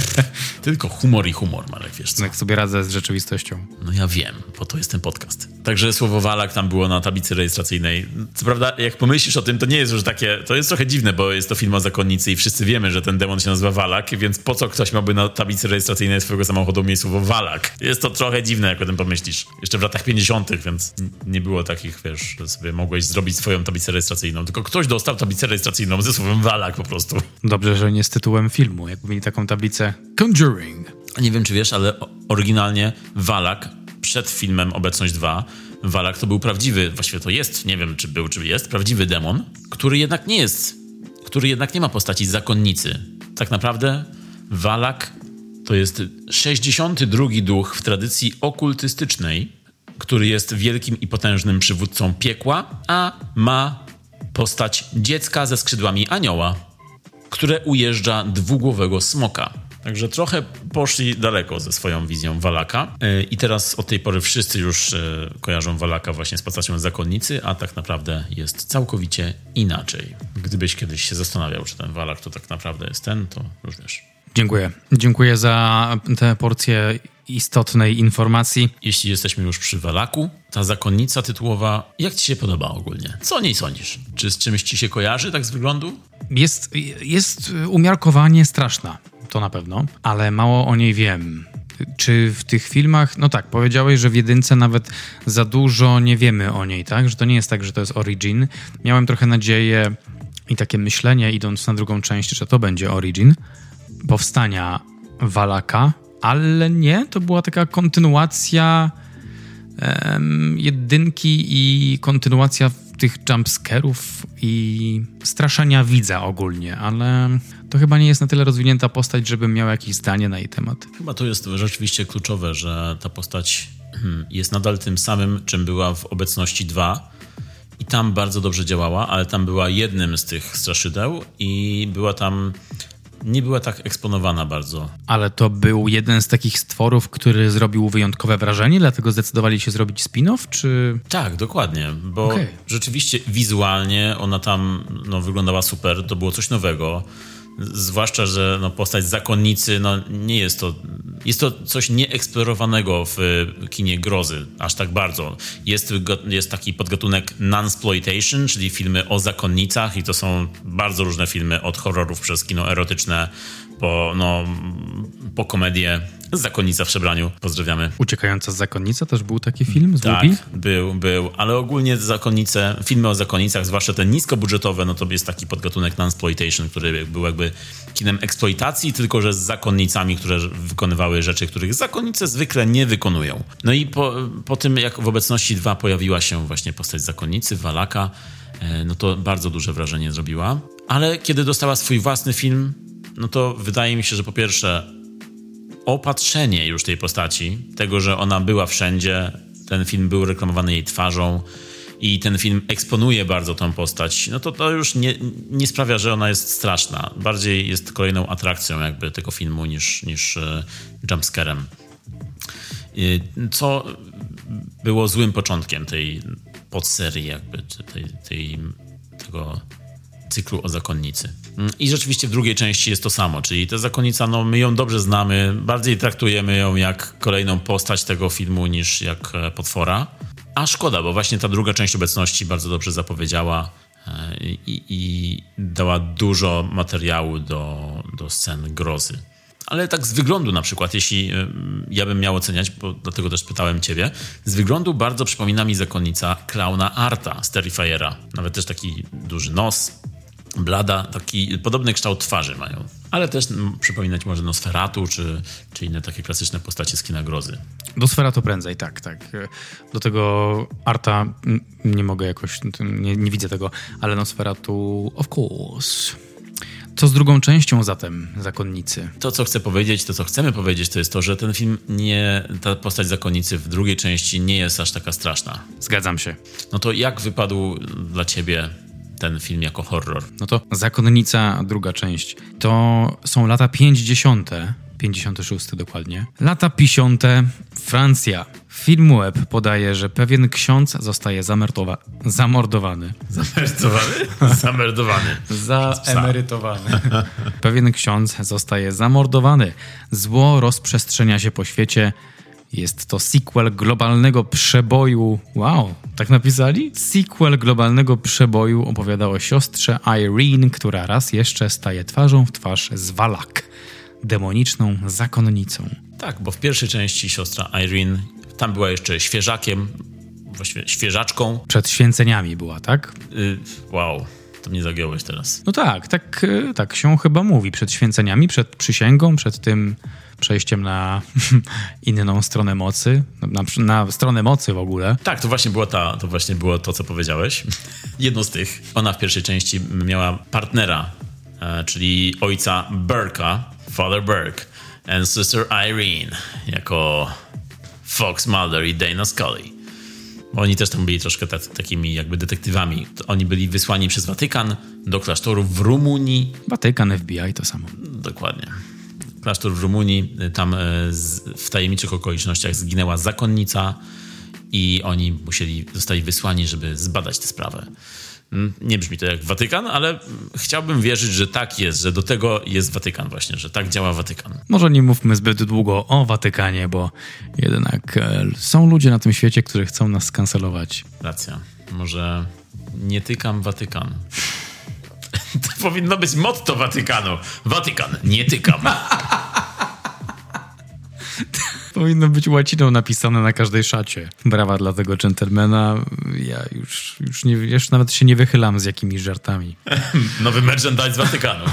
Tylko humor i humor, Marek, wiesz co. Jak sobie radzę z rzeczywistością. No ja wiem, po to jest ten podcast. Także słowo Valak tam było na tablicy rejestracyjnej. Co prawda, jak pomyślisz o tym, to nie jest już takie... To jest trochę dziwne, bo jest to film o zakonnicy i wszyscy wiemy, że ten demon się nazywa Valak, więc po co ktoś miałby na tablicy rejestracyjnej swojego samochodu mieć słowo Valak? Jest to trochę dziwne, jak o tym pomyślisz. Jeszcze w latach pięćdziesiątych, więc nie było takich, wiesz, że sobie mogłeś zrobić swoją tablicę rejestracyjną. Tylko ktoś dostał tablicę rejestracyjną ze słowem Valak po prostu. Dobrze, że nie z tytułem filmu. Jakby mieli taką tablicę Conjuring. Nie wiem, czy wiesz, ale oryginalnie Valak przed filmem Obecność dwa, Valak to był prawdziwy, właściwie to jest, nie wiem, czy był, czy jest, prawdziwy demon, który jednak nie jest, który jednak nie ma postaci zakonnicy. Tak naprawdę Valak to jest sześćdziesiąty drugi duch w tradycji okultystycznej, który jest wielkim i potężnym przywódcą piekła, a ma postać dziecka ze skrzydłami anioła, które ujeżdża dwugłowego smoka. Także trochę poszli daleko ze swoją wizją Valaka. I teraz od tej pory wszyscy już kojarzą Valaka właśnie z postacią zakonnicy, a tak naprawdę jest całkowicie inaczej. Gdybyś kiedyś się zastanawiał, czy ten Valak to tak naprawdę jest ten, to już wiesz. Dziękuję. Dziękuję za tę porcję istotnej informacji. Jeśli jesteśmy już przy Valaku, ta zakonnica tytułowa, jak ci się podoba ogólnie? Co o niej sądzisz? Czy z czymś ci się kojarzy tak z wyglądu? Jest, jest umiarkowanie straszna, to na pewno, ale mało o niej wiem. Czy w tych filmach, no tak, powiedziałeś, że w jedynce nawet za dużo nie wiemy o niej, tak? Że to nie jest tak, że to jest origin. Miałem trochę nadzieję i takie myślenie, idąc na drugą część, że to będzie origin powstania Valaka, ale nie, to była taka kontynuacja em, jedynki i kontynuacja tych jumpscarów i straszenia widza ogólnie, ale to chyba nie jest na tyle rozwinięta postać, żebym miał jakieś zdanie na jej temat. Chyba to jest rzeczywiście kluczowe, że ta postać jest nadal tym samym, czym była w Obecności dwa i tam bardzo dobrze działała, ale tam była jednym z tych straszydeł i była tam... nie była tak eksponowana bardzo. Ale to był jeden z takich stworów, który zrobił wyjątkowe wrażenie, dlatego zdecydowali się zrobić spin-off, czy... Tak, dokładnie, bo okay. Rzeczywiście wizualnie ona tam no, wyglądała super, to było coś nowego. Zwłaszcza, że no, postać zakonnicy, no nie jest to... Jest to coś nieeksplorowanego w kinie grozy, aż tak bardzo. Jest, jest taki podgatunek nunsploitation, czyli filmy o zakonnicach i to są bardzo różne filmy, od horrorów przez kino erotyczne po, no, po komedię. Zakonnica w przebraniu. Pozdrawiamy. Uciekająca z zakonnica też był taki film z Tak, Łubi? był, był, ale ogólnie zakonnice, filmy o zakonnicach, zwłaszcza te niskobudżetowe, no to jest taki podgatunek nunsploitation, który był jakby kinem eksploitacji, tylko że z zakonnicami, które wykonywały rzeczy, których zakonnice zwykle nie wykonują. No i po, po tym, jak w Obecności dwa pojawiła się właśnie postać zakonnicy, Valaka, no to bardzo duże wrażenie zrobiła. Ale kiedy dostała swój własny film, no to wydaje mi się, że po pierwsze opatrzenie już tej postaci, tego, że ona była wszędzie, ten film był reklamowany jej twarzą i ten film eksponuje bardzo tą postać, no to to już nie, nie sprawia, że ona jest straszna. Bardziej jest kolejną atrakcją jakby tego filmu niż, niż jumpscarem. Co było złym początkiem tej podserii jakby, tej, tej, tego cyklu o zakonnicy. I rzeczywiście w drugiej części jest to samo, czyli ta zakonnica, no my ją dobrze znamy, bardziej traktujemy ją jak kolejną postać tego filmu niż jak potwora. A szkoda, bo właśnie ta druga część obecności bardzo dobrze zapowiedziała i, i dała dużo materiału do, do scen grozy. Ale tak z wyglądu na przykład, jeśli ja bym miał oceniać, bo dlatego też pytałem ciebie, z wyglądu bardzo przypomina mi zakonnica klauna Arta z Terrifiera. Nawet też taki duży nos, blada, taki podobny kształt twarzy mają. Ale też m, przypominać może Nosferatu, czy, czy inne takie klasyczne postacie z kina grozy. Do Nosferatu prędzej, tak, tak. Do tego Arta nie mogę jakoś, nie, nie widzę tego, ale Nosferatu of course. Co z drugą częścią zatem Zakonnicy? To, co chcę powiedzieć, to, co chcemy powiedzieć, to jest to, że ten film nie, ta postać Zakonnicy w drugiej części nie jest aż taka straszna. Zgadzam się. No to jak wypadł dla ciebie ten film jako horror? No to Zakonnica, druga część. To są lata pięćdziesiąte, pięćdziesiąty szósty dokładnie. Lata pięćdziesiąte, Francja. Filmweb podaje, że pewien ksiądz zostaje zamertowa- zamordowany. Zamordowany? Zamordowany. Zaemerytowany. Pewien ksiądz zostaje zamordowany. Zło rozprzestrzenia się po świecie. Jest to sequel globalnego przeboju. Wow, tak napisali? Sequel globalnego przeboju opowiada o siostrze Irene, która raz jeszcze staje twarzą w twarz z Valak, demoniczną zakonnicą. Tak, bo w pierwszej części siostra Irene tam była jeszcze świeżakiem, właściwie świeżaczką. Przed święceniami była, tak? Yy, wow, to mnie zagiąłeś teraz. No tak, tak, tak się chyba mówi. Przed święceniami, przed przysięgą, przed tym przejściem na inną stronę mocy, na, na stronę mocy w ogóle. Tak, to właśnie było ta, to właśnie było to, co powiedziałeś. Jedno z tych. Ona w pierwszej części miała partnera, e, czyli ojca Burke'a, Father Burke, and Sister Irene, jako Fox Mulder i Dana Scully. Oni też tam byli troszkę tak, takimi jakby detektywami. Oni byli wysłani przez Watykan do klasztorów w Rumunii. Watykan, F B I to samo. Dokładnie. Klasztor w Rumunii, tam w tajemniczych okolicznościach zginęła zakonnica i oni musieli, zostali wysłani, żeby zbadać tę sprawę. Nie brzmi to jak Watykan, ale chciałbym wierzyć, że tak jest, że do tego jest Watykan właśnie, że tak działa Watykan. Może nie mówmy zbyt długo o Watykanie, bo jednak e, są ludzie na tym świecie, którzy chcą nas skancelować. Racja. Może nie tykam Watykan. To powinno być motto Watykanu. Watykan, nie tykam. Powinno być łaciną napisane na każdej szacie. Brawa dla tego dżentelmena. Ja już, już, nie, już nawet się nie wychylam z jakimiś żartami. Nowy merchandise z Watykanu.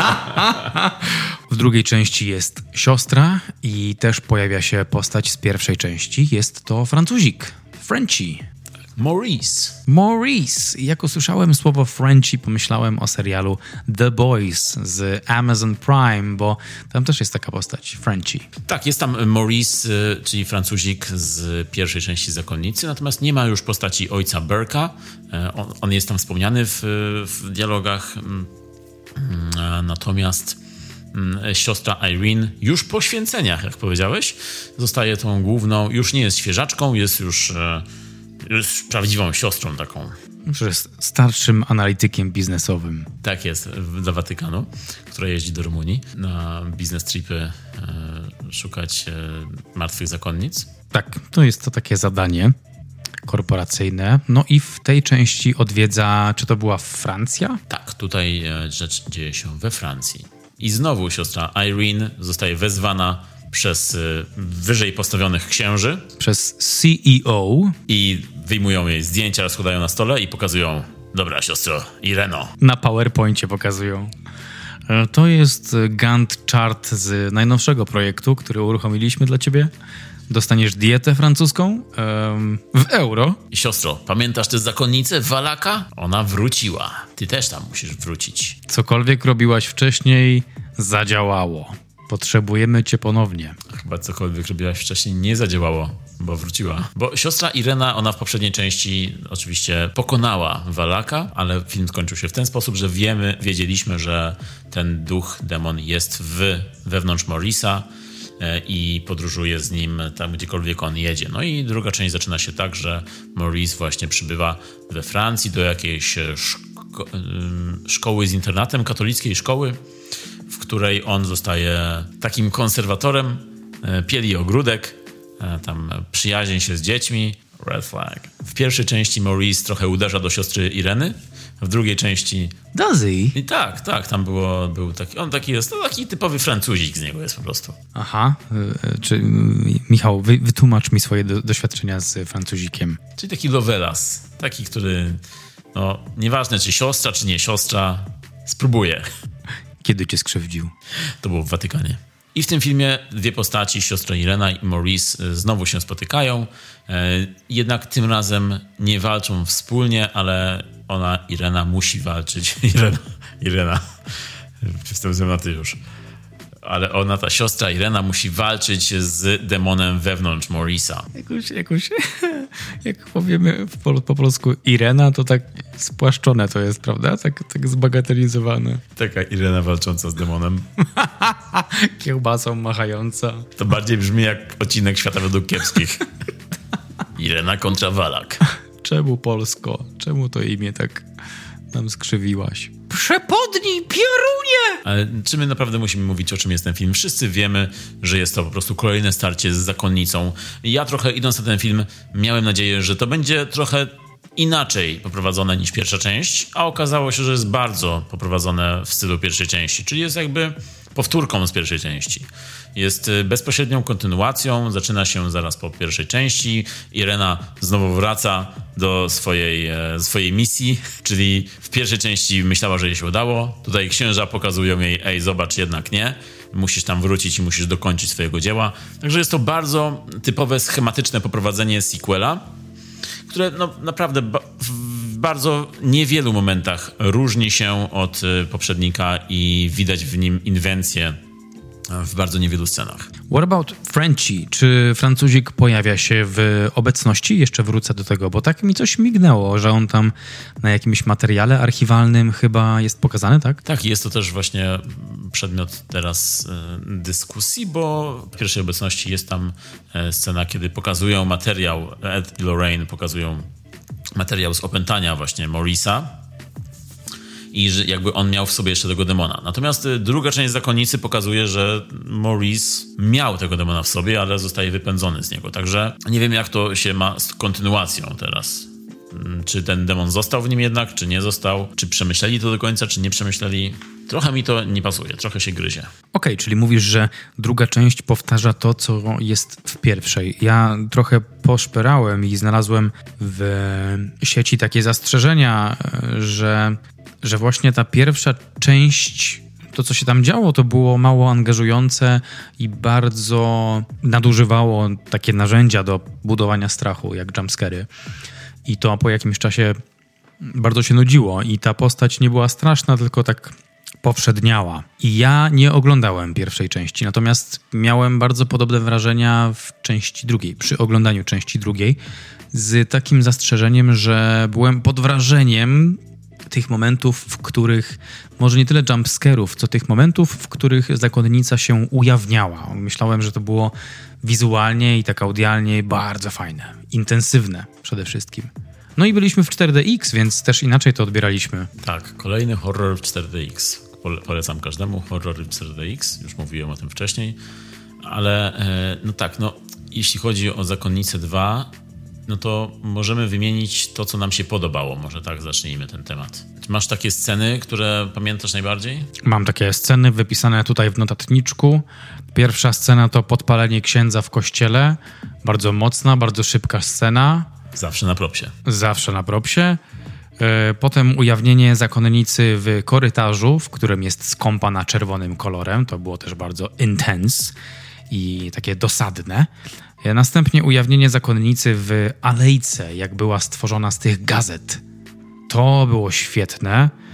W drugiej części jest siostra i też pojawia się postać z pierwszej części. Jest to Francuzik. Frenchie. Maurice. Maurice. Jak usłyszałem słowo Frenchie, pomyślałem o serialu The Boys z Amazon Prime, bo tam też jest taka postać, Frenchie. Tak, jest tam Maurice, czyli Francuzik z pierwszej części Zakonnicy, natomiast nie ma już postaci ojca Burke'a. On, on jest tam wspomniany w, w dialogach, natomiast siostra Irene już po święceniach, jak powiedziałeś, zostaje tą główną, już nie jest świeżaczką, jest już... Jest prawdziwą siostrą taką. Jest starszym analitykiem biznesowym. Tak jest, dla Watykanu, która jeździ do Rumunii na biznes tripy e, szukać e, martwych zakonnic. Tak, to jest to takie zadanie korporacyjne. No i w tej części odwiedza, czy to była Francja? Tak, tutaj e, rzecz dzieje się we Francji. I znowu siostra Irene zostaje wezwana przez y, wyżej postawionych księży. Przez C E O. I wyjmują jej zdjęcia, rozkładają na stole i pokazują: dobra, siostro Ireno. Na PowerPoincie pokazują. To jest Gantt chart z najnowszego projektu, który uruchomiliśmy dla ciebie. Dostaniesz dietę francuską um, w euro. I siostro, pamiętasz tę zakonnicę Valaka? Ona wróciła. Ty też tam musisz wrócić. Cokolwiek robiłaś wcześniej, zadziałało. Potrzebujemy cię ponownie. chyba cokolwiek robiłaś wcześniej nie zadziałało, bo wróciła. Bo siostra Irena, ona w poprzedniej części oczywiście pokonała Valaka, ale film skończył się w ten sposób, że wiemy, wiedzieliśmy, że ten duch, demon jest w, wewnątrz Maurice'a i podróżuje z nim tam, gdziekolwiek on jedzie. No i druga część zaczyna się tak, że Maurice właśnie przybywa we Francji do jakiejś szko- szkoły z internatem, katolickiej szkoły, w której on zostaje takim konserwatorem, pieli ogródek, tam przyjaźni się z dziećmi. Red flag. W pierwszej części Maurice trochę uderza do siostry Ireny, w drugiej części... Does he? I tak, tak, tam było, był taki, on taki jest, no taki typowy Francuzik z niego jest po prostu. Aha, czy Michał, wy, wytłumacz mi swoje do, doświadczenia z Francuzikiem. Czyli taki lovelas, taki, który, no, nieważne czy siostra, czy nie siostra, spróbuje. Kiedy cię skrzywdził? To było w Watykanie. I w tym filmie dwie postaci, siostra Irena i Maurice, znowu się spotykają. Jednak tym razem nie walczą wspólnie, ale ona, Irena, musi walczyć. Irena, Irena. Jestem ze mną ty już. Ale ona, ta siostra Irena, musi walczyć z demonem wewnątrz Maurice'a. Jakoś, jakoś, jak powiemy po, po polsku Irena, to tak spłaszczone to jest, prawda? Tak, tak zbagatelizowane. Taka Irena walcząca z demonem. Kiełbasą machająca. To bardziej brzmi jak odcinek Świata według kiepskich. Irena kontra Valak. Czemu Polsko? Czemu to imię tak nam skrzywiłaś? Przepodnij, pierunie! Ale czy my naprawdę musimy mówić, o czym jest ten film? Wszyscy wiemy, że jest to po prostu kolejne starcie z zakonnicą. Ja trochę, idąc na ten film, miałem nadzieję, że to będzie trochę inaczej poprowadzone niż pierwsza część, a okazało się, że jest bardzo poprowadzone w stylu pierwszej części, czyli jest jakby powtórką z pierwszej części. Jest bezpośrednią kontynuacją, zaczyna się zaraz po pierwszej części. Irena znowu wraca do swojej, swojej misji, czyli w pierwszej części myślała, że jej się udało. Tutaj księża pokazują jej, ej, zobacz, jednak nie. Musisz tam wrócić i musisz dokończyć swojego dzieła. Także jest to bardzo typowe, schematyczne poprowadzenie sequela, które no, naprawdę ba- w bardzo niewielu momentach różni się od poprzednika i widać w nim inwencję w bardzo niewielu scenach. What about Frenchie? Czy Francuzik pojawia się w obecności? Jeszcze wrócę do tego, bo tak mi coś mignęło, że on tam na jakimś materiale archiwalnym chyba jest pokazany, tak? Tak, jest to też właśnie przedmiot teraz y, dyskusji, bo w pierwszej obecności jest tam y, scena, kiedy pokazują materiał, Ed i Lorraine pokazują materiał z opętania właśnie Maurice'a, i że jakby on miał w sobie jeszcze tego demona. Natomiast druga część Zakonnicy pokazuje, że Maurice miał tego demona w sobie, ale zostaje wypędzony z niego. Także nie wiem, jak to się ma z kontynuacją teraz. Czy ten demon został w nim jednak, czy nie został? Czy przemyśleli to do końca, czy nie przemyśleli? Trochę mi to nie pasuje, trochę się gryzie. Okej, okay, czyli mówisz, że druga część powtarza to, co jest w pierwszej. Ja trochę poszperałem i znalazłem w sieci takie zastrzeżenia, że że właśnie ta pierwsza część, to co się tam działo, to było mało angażujące i bardzo nadużywało takie narzędzia do budowania strachu, jak jumpscary. I to po jakimś czasie bardzo się nudziło i ta postać nie była straszna, tylko tak powszedniała. I ja nie oglądałem pierwszej części, natomiast miałem bardzo podobne wrażenia w części drugiej, przy oglądaniu części drugiej, z takim zastrzeżeniem, że byłem pod wrażeniem tych momentów, w których, może nie tyle jumpscarów, co tych momentów, w których zakonnica się ujawniała. Myślałem, że to było wizualnie i tak audialnie bardzo fajne, intensywne przede wszystkim. No i byliśmy w cztery D X, więc też inaczej to odbieraliśmy. Tak, kolejny horror w cztery D X. Polecam każdemu horror w cztery D X, już mówiłem o tym wcześniej, ale no tak, no jeśli chodzi o Zakonnicę dwa, no to możemy wymienić to, co nam się podobało. Może tak zacznijmy ten temat. Czy masz takie sceny, które pamiętasz najbardziej? Mam takie sceny wypisane tutaj w notatniczku. Pierwsza scena to podpalenie księdza w kościele. Bardzo mocna, bardzo szybka scena. Zawsze na propsie. Zawsze na propsie. Potem ujawnienie zakonnicy w korytarzu, w którym jest skąpana czerwonym kolorem. To było też bardzo intense i takie dosadne. Następnie ujawnienie zakonnicy w alejce, jak była stworzona z tych gazet. To było świetne.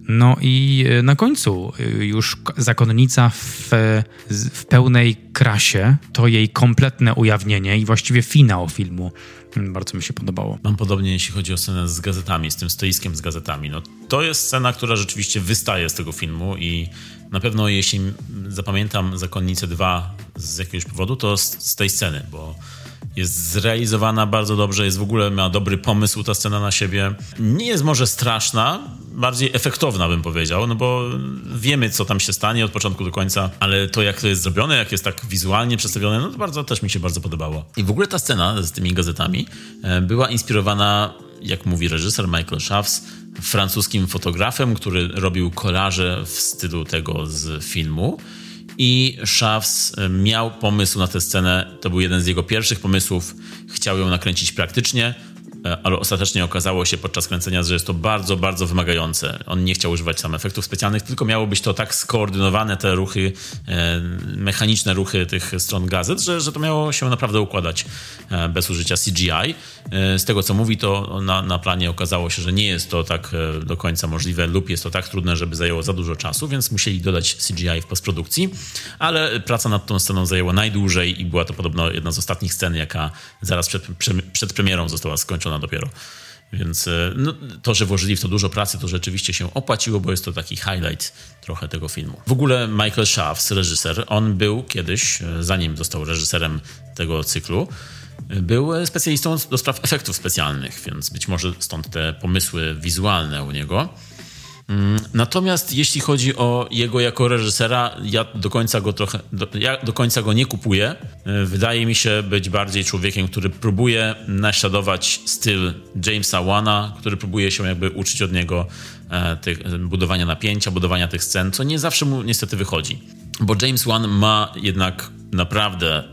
No i na końcu już zakonnica w, w pełnej krasie, to jej kompletne ujawnienie i właściwie finał filmu. Bardzo mi się podobało. Mam podobnie, jeśli chodzi o scenę z gazetami, z tym stoiskiem z gazetami. No, to jest scena, która rzeczywiście wystaje z tego filmu i na pewno jeśli zapamiętam Zakonnicę dwa z jakiegoś powodu, to z, z tej sceny, bo jest zrealizowana bardzo dobrze, jest w ogóle, ma dobry pomysł ta scena na siebie. Nie jest może straszna, bardziej efektowna bym powiedział, no bo wiemy, co tam się stanie od początku do końca, ale to, jak to jest zrobione, jak jest tak wizualnie przedstawione, no to bardzo, też mi się bardzo podobało. I w ogóle ta scena z tymi gazetami była inspirowana, jak mówi reżyser Michael Shafts, francuskim fotografem, który robił kolaże w stylu tego z filmu. I Shafts miał pomysł na tę scenę, to był jeden z jego pierwszych pomysłów, chciał ją nakręcić praktycznie, ale ostatecznie okazało się podczas kręcenia, że jest to bardzo, bardzo wymagające. On nie chciał używać sam efektów specjalnych, tylko miało być to tak skoordynowane, te ruchy, e, mechaniczne ruchy tych stron gazet, że, że to miało się naprawdę układać e, bez użycia C G I. E, z tego, co mówi, to na, na planie okazało się, że nie jest to tak e, do końca możliwe lub jest to tak trudne, żeby zajęło za dużo czasu, więc musieli dodać C G I w postprodukcji, ale praca nad tą sceną zajęła najdłużej i była to podobno jedna z ostatnich scen, jaka zaraz przed, przed premierą została skończona dopiero. Więc no, to, że włożyli w to dużo pracy, to rzeczywiście się opłaciło, bo jest to taki highlight trochę tego filmu. W ogóle Michael Shafts, reżyser, on był kiedyś, zanim został reżyserem tego cyklu, był specjalistą do spraw efektów specjalnych, więc być może stąd te pomysły wizualne u niego. Natomiast jeśli chodzi o jego jako reżysera, ja do końca go trochę, do, ja do końca go nie kupuję. Wydaje mi się być bardziej człowiekiem, który próbuje naśladować styl Jamesa Wana, który próbuje się jakby uczyć od niego e, tych, budowania napięcia, budowania tych scen, co nie zawsze mu niestety wychodzi. Bo James Wan ma jednak naprawdę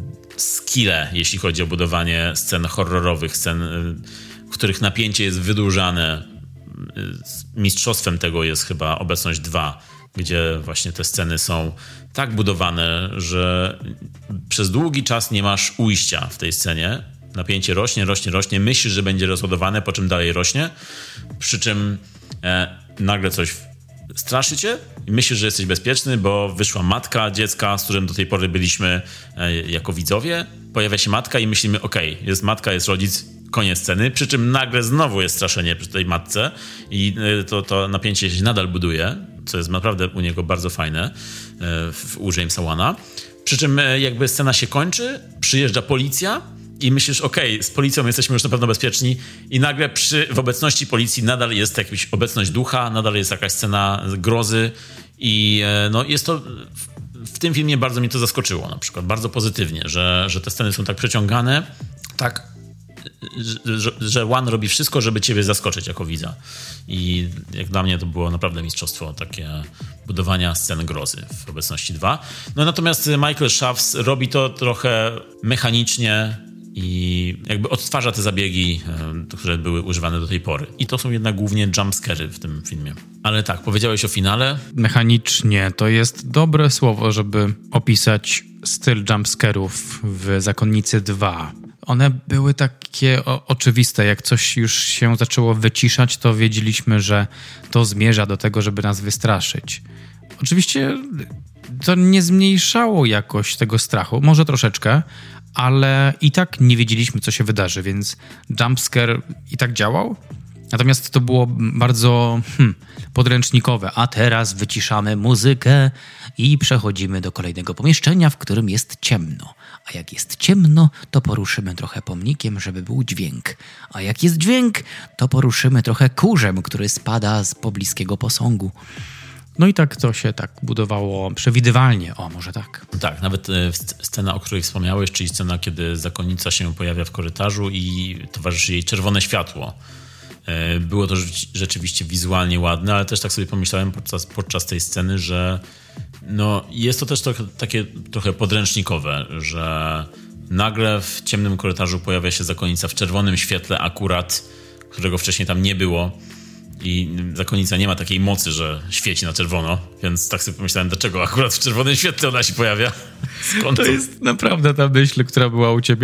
skille, jeśli chodzi o budowanie scen horrorowych, scen, w których napięcie jest wydłużane. Mistrzostwem tego jest chyba Obecność dwa, gdzie właśnie te sceny są tak budowane, że przez długi czas nie masz ujścia w tej scenie. Napięcie rośnie, rośnie, rośnie. Myślisz, że będzie rozładowane, po czym dalej rośnie. Przy czym e, nagle coś straszy cię i myślisz, że jesteś bezpieczny, bo wyszła matka dziecka, z którym do tej pory byliśmy e, jako widzowie. Pojawia się matka i myślimy, okej, okay, jest matka, jest rodzic, koniec sceny, przy czym nagle znowu jest straszenie przy tej matce i to, to napięcie się nadal buduje, co jest naprawdę u niego bardzo fajne, u Jamesa Wana. Przy czym jakby scena się kończy, przyjeżdża policja i myślisz, okej, okay, z policją jesteśmy już na pewno bezpieczni i nagle przy, w obecności policji nadal jest jakaś obecność ducha, nadal jest jakaś scena grozy i no jest to... W tym filmie bardzo mnie to zaskoczyło na przykład, bardzo pozytywnie, że, że te sceny są tak przeciągane, tak, że, że One robi wszystko, żeby ciebie zaskoczyć jako widza. I jak dla mnie to było naprawdę mistrzostwo takie budowania scen grozy w Obecności dwa. No natomiast Michael Shafts robi to trochę mechanicznie i jakby odtwarza te zabiegi, które były używane do tej pory. I to są jednak głównie jumpscary w tym filmie. Ale tak, powiedziałeś o finale. Mechanicznie to jest dobre słowo, żeby opisać styl jumpscarów w Zakonnicy dwa. One były takie o, oczywiste. Jak coś już się zaczęło wyciszać, to wiedzieliśmy, że to zmierza do tego, żeby nas wystraszyć. Oczywiście to nie zmniejszało jakoś tego strachu, może troszeczkę, ale i tak nie wiedzieliśmy, co się wydarzy, więc jumpscare i tak działał. Natomiast to było bardzo hmm, podręcznikowe. A teraz wyciszamy muzykę i przechodzimy do kolejnego pomieszczenia, w którym jest ciemno. A jak jest ciemno, to poruszymy trochę pomnikiem, żeby był dźwięk. A jak jest dźwięk, to poruszymy trochę kurzem, który spada z pobliskiego posągu. No i tak to się tak budowało przewidywalnie. O, może tak. Tak, nawet scena, o której wspomniałeś, czyli scena, kiedy zakonnica się pojawia w korytarzu i towarzyszy jej czerwone światło. Było to rzeczywiście wizualnie ładne, ale też tak sobie pomyślałem podczas, podczas tej sceny, że no, jest to też trochę, takie trochę podręcznikowe, że nagle w ciemnym korytarzu pojawia się zakonnica w czerwonym świetle akurat, którego wcześniej tam nie było. I zakonnica nie ma takiej mocy, że świeci na czerwono, więc tak sobie pomyślałem, dlaczego akurat w czerwonym świetle ona się pojawia? Skąd to? To jest naprawdę ta myśl, która była u ciebie?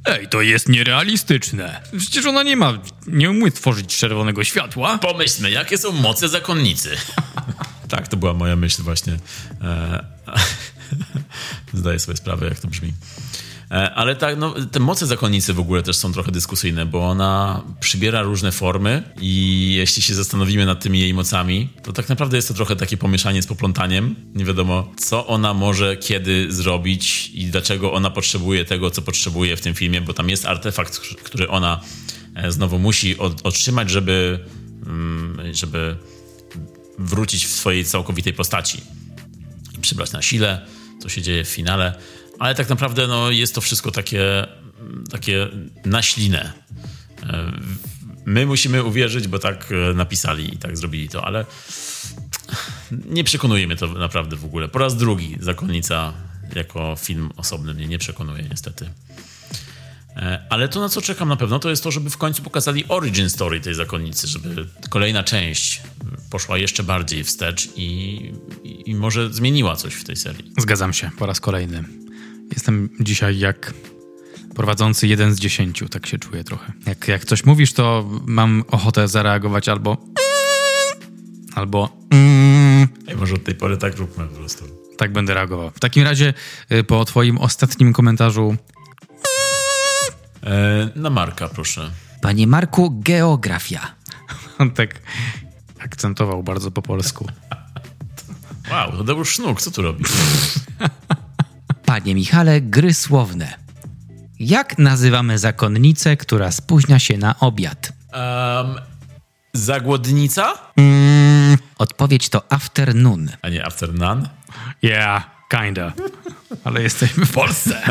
Ej, to jest nierealistyczne. Przecież ona nie ma, nie umie tworzyć czerwonego światła. Pomyślmy, jakie są moce zakonnicy. Tak, to była moja myśl właśnie. E, zdaję sobie sprawę, jak to brzmi. E, ale tak, no, te moce zakonnicy w ogóle też są trochę dyskusyjne, bo ona przybiera różne formy i jeśli się zastanowimy nad tymi jej mocami, to tak naprawdę jest to trochę takie pomieszanie z poplątaniem. Nie wiadomo, co ona może kiedy zrobić i dlaczego ona potrzebuje tego, co potrzebuje w tym filmie, bo tam jest artefakt, który ona znowu musi od, otrzymać, żeby, żeby wrócić w swojej całkowitej postaci i przybrać na sile, co się dzieje w finale. Ale tak naprawdę no, jest to wszystko takie, takie na ślinę. My musimy uwierzyć, bo tak napisali i tak zrobili to, ale nie przekonuje mnie to naprawdę w ogóle. Po raz drugi Zakonnica jako film osobny mnie nie przekonuje niestety. Ale to, na co czekam na pewno, to jest to, żeby w końcu pokazali origin story tej Zakonnicy, żeby kolejna część poszła jeszcze bardziej wstecz i, i, i może zmieniła coś w tej serii. Zgadzam się, po raz kolejny. Jestem dzisiaj jak prowadzący jeden z dziesięciu, tak się czuję trochę. Jak, jak coś mówisz, to mam ochotę zareagować albo albo Ej, może od tej pory tak róbmy po prostu. Tak będę reagował. W takim razie po twoim ostatnim komentarzu e, na Marka, proszę. Panie Marku, geografia. On tak akcentował bardzo po polsku. Wow, to był sznuk, co tu robisz? Panie Michale, gry słowne. Jak nazywamy zakonnicę, która spóźnia się na obiad? Um, zagłodnica? Mm, odpowiedź to afternoon. A nie afternoon? Yeah, kinda. Ale jesteśmy w Polsce.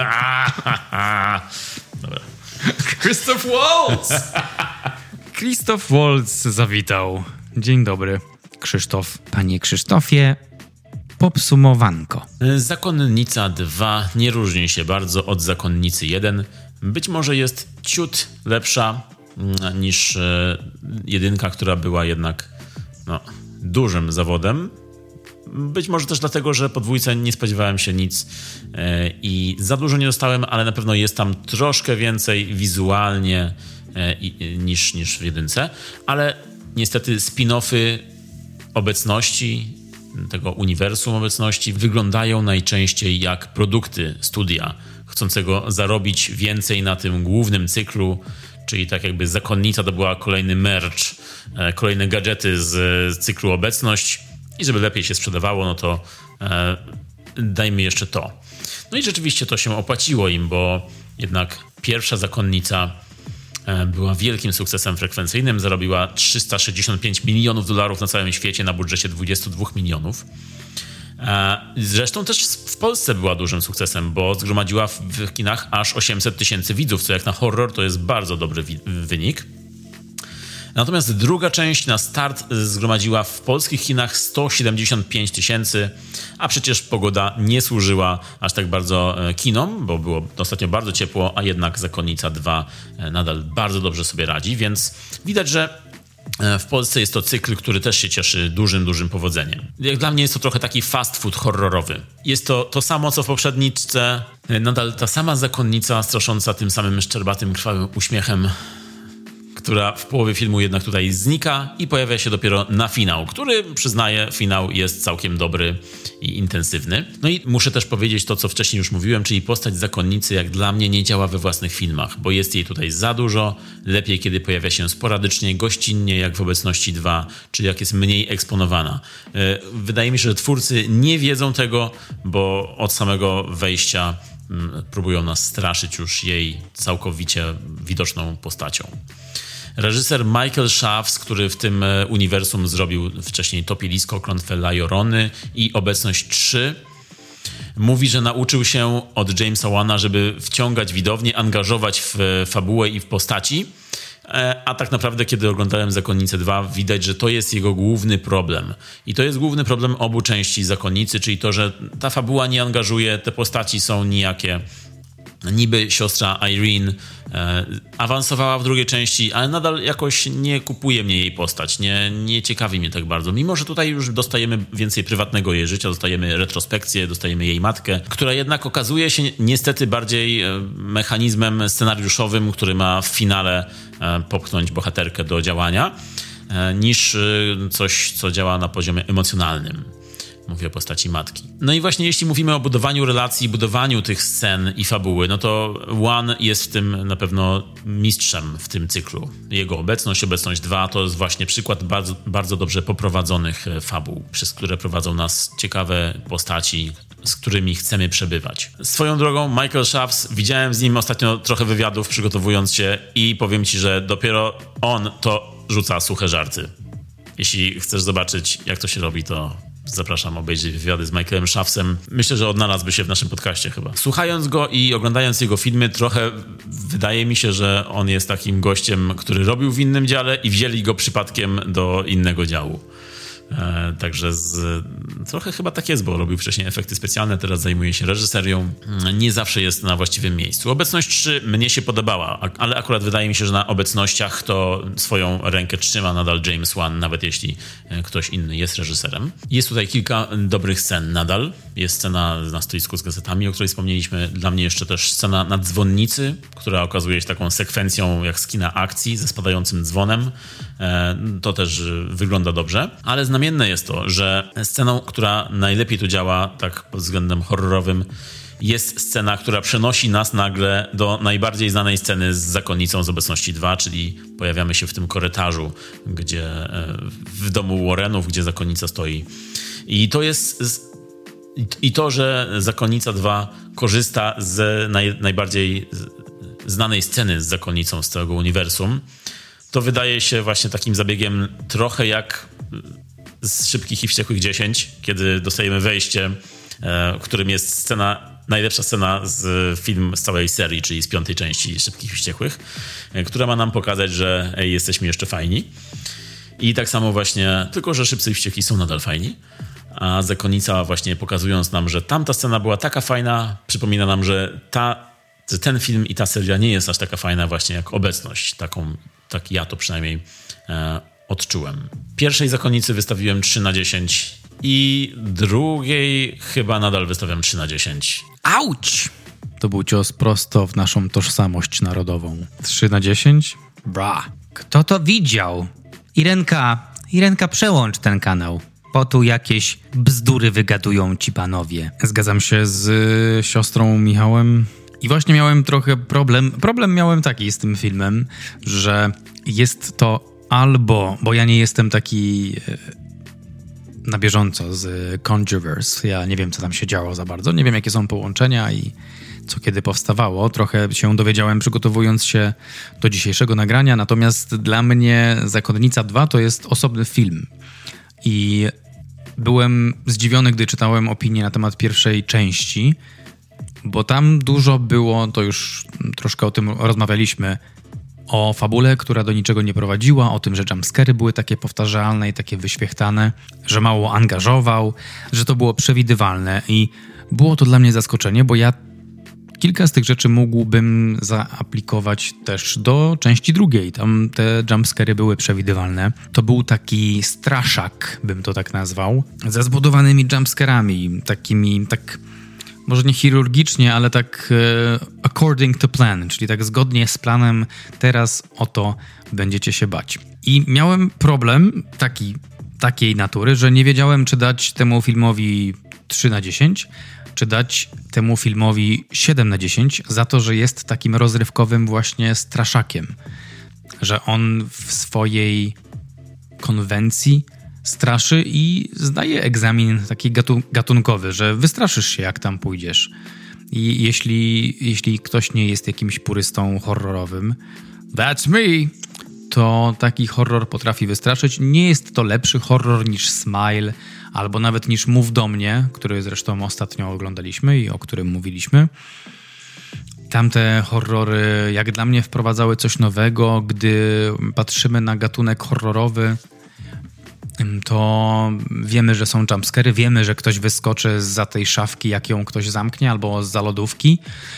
Dobra. Christoph Waltz! Christoph Waltz zawitał. Dzień dobry, Krzysztof. Panie Krzysztofie, popsumowanko. Zakonnica dwa nie różni się bardzo od Zakonnicy jeden. Być może jest ciut lepsza niż jedynka, która była jednak no, dużym zawodem. Być może też dlatego, że po dwójce nie spodziewałem się nic i za dużo nie dostałem, ale na pewno jest tam troszkę więcej wizualnie niż, niż w jedynce. Ale niestety spin-offy obecności, tego uniwersum obecności wyglądają najczęściej jak produkty studia chcącego zarobić więcej na tym głównym cyklu, czyli tak jakby Zakonnica to była kolejny merch, kolejne gadżety z cyklu obecność i żeby lepiej się sprzedawało, no to e, dajmy jeszcze to. No i rzeczywiście to się opłaciło im, bo jednak pierwsza Zakonnica e, była wielkim sukcesem frekwencyjnym, zarobiła trzysta sześćdziesiąt pięć milionów dolarów na całym świecie na budżecie dwudziestu dwóch milionów. E, zresztą też w Polsce była dużym sukcesem, bo zgromadziła w, w kinach aż osiemset tysięcy widzów, co jak na horror to jest bardzo dobry wi- wynik. Natomiast druga część na start zgromadziła w polskich kinach sto siedemdziesiąt pięć tysięcy, a przecież pogoda nie służyła aż tak bardzo kinom, bo było ostatnio bardzo ciepło, a jednak Zakonnica dwa nadal bardzo dobrze sobie radzi, więc widać, że w Polsce jest to cykl, który też się cieszy dużym, dużym powodzeniem. Jak dla mnie jest to trochę taki fast food horrorowy. Jest to to samo, co w poprzedniczce, nadal ta sama Zakonnica strasząca tym samym szczerbatym, krwawym uśmiechem, która w połowie filmu jednak tutaj znika i pojawia się dopiero na finał, który, przyznaję, finał jest całkiem dobry i intensywny. No i muszę też powiedzieć to, co wcześniej już mówiłem, czyli postać Zakonnicy jak dla mnie nie działa we własnych filmach, bo jest jej tutaj za dużo, lepiej kiedy pojawia się sporadycznie, gościnnie, jak w Obecności dwa, czy jak jest mniej eksponowana. Wydaje mi się, że twórcy nie wiedzą tego, bo od samego wejścia próbują nas straszyć już jej całkowicie widoczną postacią. Reżyser Michael Shafts, który w tym uniwersum zrobił wcześniej Topielisko, Klątwę Lajorony i Obecność trzy, mówi, że nauczył się od Jamesa Wana, żeby wciągać widownię, angażować w fabułę i w postaci, a tak naprawdę, kiedy oglądałem Zakonnicę dwa, widać, że to jest jego główny problem. I to jest główny problem obu części Zakonnicy, czyli to, że ta fabuła nie angażuje, te postaci są nijakie. Niby siostra Irene e, awansowała w drugiej części, ale nadal jakoś nie kupuje mnie jej postać, nie, nie ciekawi mnie tak bardzo. Mimo że tutaj już dostajemy więcej prywatnego jej życia, dostajemy retrospekcję, dostajemy jej matkę, która jednak okazuje się niestety bardziej e, mechanizmem scenariuszowym, który ma w finale e, popchnąć bohaterkę do działania, e, niż e, coś, co działa na poziomie emocjonalnym. Mówię o postaci matki. No i właśnie jeśli mówimy o budowaniu relacji, budowaniu tych scen i fabuły, no to One jest w tym na pewno mistrzem w tym cyklu. Jego obecność, obecność dwa to jest właśnie przykład bardzo, bardzo dobrze poprowadzonych fabuł, przez które prowadzą nas ciekawe postaci, z którymi chcemy przebywać. Swoją drogą Michael Shafts, widziałem z nim ostatnio trochę wywiadów przygotowując się i powiem ci, że dopiero on to rzuca suche żarty. Jeśli chcesz zobaczyć, jak to się robi, to zapraszam obejrzeć wywiady z Michaelem Shaftsem. Myślę, że odnalazłby się w naszym podcaście chyba. Słuchając go i oglądając jego filmy, trochę wydaje mi się, że on jest takim gościem, który robił w innym dziale i wzięli go przypadkiem do innego działu. E, także z, trochę chyba tak jest, bo robił wcześniej efekty specjalne, teraz zajmuje się reżyserią. Nie zawsze jest na właściwym miejscu. Obecność trzy mnie się podobała, ale akurat wydaje mi się, że na obecnościach to swoją rękę trzyma nadal James Wan, nawet jeśli ktoś inny jest reżyserem. Jest tutaj kilka dobrych scen nadal. Jest scena na stoisku z gazetami, o której wspomnieliśmy. Dla mnie jeszcze też scena na dzwonnicy, która okazuje się taką sekwencją jak z kina akcji ze spadającym dzwonem. E, to też wygląda dobrze, ale znamienne jest to, że sceną, która najlepiej tu działa, tak pod względem horrorowym, jest scena, która przenosi nas nagle do najbardziej znanej sceny z Zakonnicą z obecności dwa, czyli pojawiamy się w tym korytarzu, gdzie w domu Warrenów, gdzie Zakonnica stoi. I to jest... I to, że Zakonnica dwa korzysta z naj, najbardziej znanej sceny z Zakonnicą z całego uniwersum, to wydaje się właśnie takim zabiegiem trochę jak z Szybkich i Wściekłych dziesięć, kiedy dostajemy wejście, w którym jest scena, najlepsza scena z film z całej serii, czyli z piątej części Szybkich i Wściekłych, która ma nam pokazać, że ej, jesteśmy jeszcze fajni. I tak samo właśnie, tylko że Szybcy i Wściekli są nadal fajni, a Zakonnica właśnie pokazując nam, że tamta scena była taka fajna, przypomina nam, że, ta, że ten film i ta seria nie jest aż taka fajna właśnie jak obecność. Taką, tak ja to przynajmniej e, odczułem. Pierwszej Zakonnicy wystawiłem trzy na dziesięć i drugiej chyba nadal wystawiam trzy na dziesięć. Auć! To był cios prosto w naszą tożsamość narodową. trzy na dziesięć? Bra. Kto to widział? Irenka, Irenka, przełącz ten kanał. Po tu jakieś bzdury wygadują ci panowie. Zgadzam się z y, siostrą Michałem. I właśnie miałem trochę problem. Problem miałem taki z tym filmem, że jest to albo, bo ja nie jestem taki y, na bieżąco z Conjureverse. Ja nie wiem, co tam się działo za bardzo. Nie wiem, jakie są połączenia i co kiedy powstawało. Trochę się dowiedziałem, przygotowując się do dzisiejszego nagrania. Natomiast dla mnie Zakonnica dwa to jest osobny film. I byłem zdziwiony, gdy czytałem opinię na temat pierwszej części, bo tam dużo było, to już troszkę o tym rozmawialiśmy, o fabule, która do niczego nie prowadziła, o tym, że jumpscary były takie powtarzalne i takie wyświechtane, że mało angażował, że to było przewidywalne i było to dla mnie zaskoczenie, bo ja kilka z tych rzeczy mógłbym zaaplikować też do części drugiej. Tam te jumpscary były przewidywalne. To był taki straszak, bym to tak nazwał, ze zbudowanymi jumpscarami, takimi, tak może nie chirurgicznie, ale tak e, according to plan, czyli tak zgodnie z planem teraz o to będziecie się bać. I miałem problem taki, takiej natury, że nie wiedziałem, czy dać temu filmowi trzy na dziesięć, czy dać temu filmowi siedem na dziesięć za to, że jest takim rozrywkowym właśnie straszakiem. Że on w swojej konwencji straszy i zdaje egzamin taki gatu- gatunkowy, że wystraszysz się, jak tam pójdziesz. I jeśli, jeśli ktoś nie jest jakimś purystą horrorowym, that's me, to taki horror potrafi wystraszyć. Nie jest to lepszy horror niż Smile, albo nawet niż Mów do mnie, który zresztą ostatnio oglądaliśmy i o którym mówiliśmy. Tamte horrory, jak dla mnie, wprowadzały coś nowego, gdy patrzymy na gatunek horrorowy. to wiemy, że są jumpscary, wiemy, że ktoś wyskoczy zza tej szafki, jak ją ktoś zamknie, albo zza lodówki.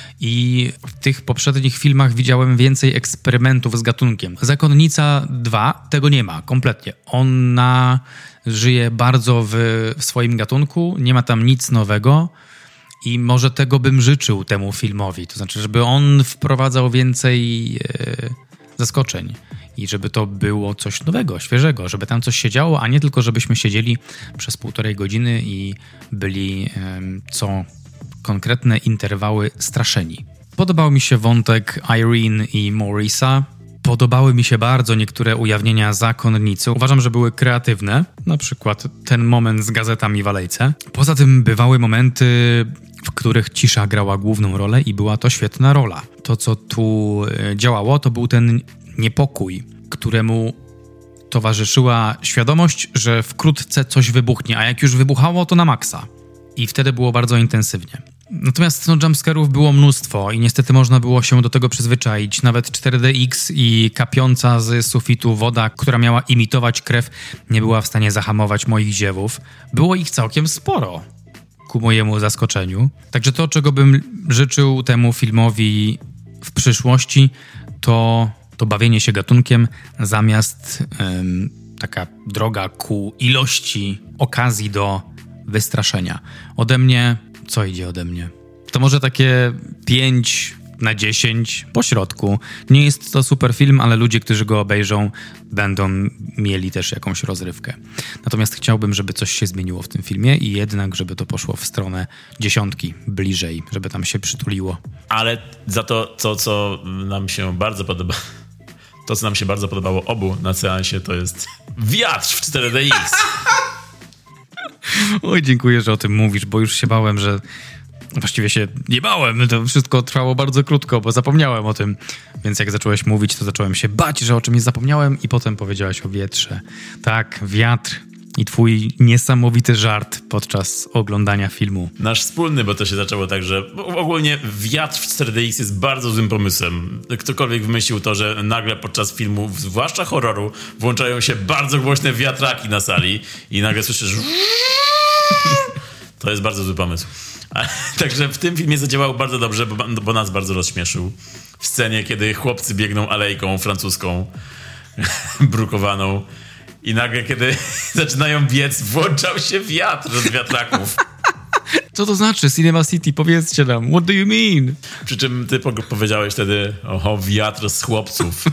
I w tych poprzednich filmach widziałem więcej eksperymentów z gatunkiem. Zakonnica dwa tego nie ma kompletnie. Ona żyje bardzo w, w swoim gatunku, nie ma tam nic nowego. I może tego bym życzył temu filmowi. To znaczy, żeby on wprowadzał więcej e, zaskoczeń i żeby to było coś nowego, świeżego, żeby tam coś się działo, a nie tylko, żebyśmy siedzieli przez półtorej godziny i byli e, co konkretne interwały straszeni. Podobał mi się wątek Irene i Maurice'a. Podobały mi się bardzo niektóre ujawnienia zakonnicy. Uważam, że były kreatywne. Na przykład ten moment z gazetami w alejce. Poza tym bywały momenty, w których cisza grała główną rolę i była to świetna rola. To, co tu działało, to był ten niepokój, któremu towarzyszyła świadomość, że wkrótce coś wybuchnie, a jak już wybuchało, to na maksa. I wtedy było bardzo intensywnie. Natomiast no, jumpscarów było mnóstwo i niestety można było się do tego przyzwyczaić. Nawet cztery D X i kapiąca z sufitu woda, która miała imitować krew, nie była w stanie zahamować moich ziewów. Było ich całkiem sporo, ku mojemu zaskoczeniu. Także to, czego bym życzył temu filmowi w przyszłości, to, to bawienie się gatunkiem zamiast ym, taka droga ku ilości okazji do wystraszenia. Ode mnie... Co idzie ode mnie? To może takie pięć na dziesięć po środku. Nie jest to super film, ale ludzie, którzy go obejrzą, będą mieli też jakąś rozrywkę. Natomiast chciałbym, żeby coś się zmieniło w tym filmie i jednak, żeby to poszło w stronę dziesiątki, bliżej, żeby tam się przytuliło. Ale za to, to co nam się bardzo podoba, to, co nam się bardzo podobało obu na seansie, to jest wiatr w cztery D X. Oj, dziękuję, że o tym mówisz, bo już się bałem, że... Właściwie się nie bałem, to wszystko trwało bardzo krótko, bo zapomniałem o tym. Więc jak zacząłeś mówić, to zacząłem się bać, że o czymś zapomniałem i potem powiedziałeś o wietrze. Tak, wiatr i twój niesamowity żart podczas oglądania filmu. Nasz wspólny, bo to się zaczęło tak, że ogólnie wiatr w cztery D X jest bardzo złym pomysłem. Ktokolwiek wymyślił to, że nagle podczas filmu, zwłaszcza horroru, włączają się bardzo głośne wiatraki na sali i nagle słyszysz... To jest bardzo zły pomysł. Także w tym filmie zadziałał bardzo dobrze, bo, bo nas bardzo rozśmieszył. W scenie, kiedy chłopcy biegną alejką francuską, brukowaną i nagle, kiedy zaczynają biec, włączał się wiatr z wiatraków. Co to znaczy? Cinema City, powiedzcie nam. What do you mean? Przy czym ty powiedziałeś wtedy, oho, wiatr z chłopców.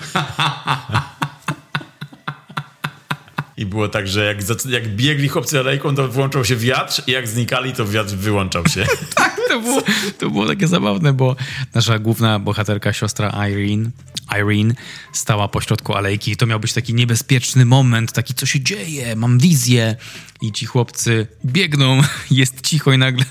I było tak, że jak, jak biegli chłopcy alejką, to włączał się wiatr i jak znikali, to wiatr wyłączał się. Tak, to było, to było takie zabawne, bo nasza główna bohaterka, siostra Irene, Irene stała pośrodku alejki i to miał być taki niebezpieczny moment, taki co się dzieje, mam wizję i ci chłopcy biegną, jest cicho i nagle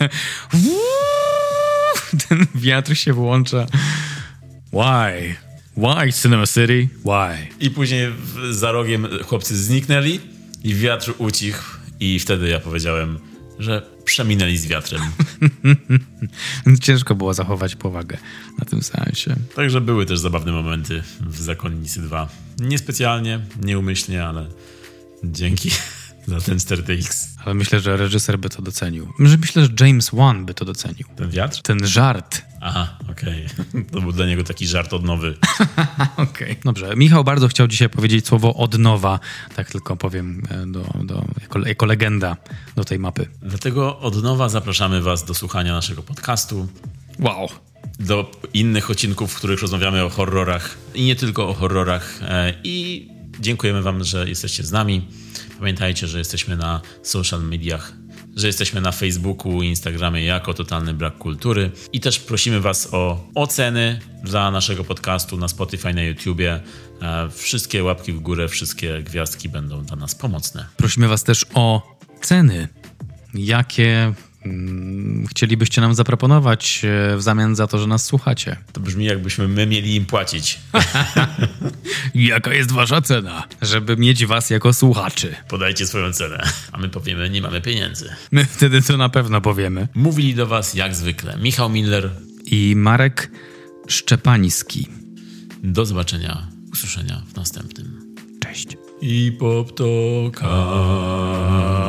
ten wiatr się włącza. Why? Why Cinema City? Why? I później za rogiem chłopcy zniknęli i wiatr ucichł i wtedy ja powiedziałem, że przeminęli z wiatrem. Ciężko było zachować powagę na tym seansie. Także były też zabawne momenty w Zakonnicy dwa. Niespecjalnie, nieumyślnie, ale dzięki za ten cztery D X. Ale myślę, że reżyser by to docenił. Myślę, że James Wan by to docenił. Ten wiatr? Ten żart. Aha, okej. Okay. To był dla niego taki żart odnowy. Okej. Okay. Dobrze. Michał bardzo chciał dzisiaj powiedzieć słowo odnowa. Tak tylko powiem do, do, jako, jako legenda do tej mapy. Dlatego od nowa zapraszamy was do słuchania naszego podcastu. Wow. Do innych odcinków, w których rozmawiamy o horrorach i nie tylko o horrorach. I dziękujemy wam, że jesteście z nami. Pamiętajcie, że jesteśmy na social mediach, że jesteśmy na Facebooku i Instagramie jako Totalny Brak Kultury. I też prosimy was o oceny dla naszego podcastu na Spotify, na YouTubie. Wszystkie łapki w górę, wszystkie gwiazdki będą dla nas pomocne. Prosimy was też o ceny. Jakie hmm, chcielibyście nam zaproponować w zamian za to, że nas słuchacie? To brzmi, jakbyśmy my mieli im płacić. Jaka jest wasza cena, żeby mieć was jako słuchaczy? Podajcie swoją cenę, a my powiemy, nie mamy pieniędzy. My wtedy to na pewno powiemy. Mówili do was jak zwykle Michał Miller i Marek Szczepański. Do zobaczenia, usłyszenia w następnym. Cześć. Cześć. I Poptoka.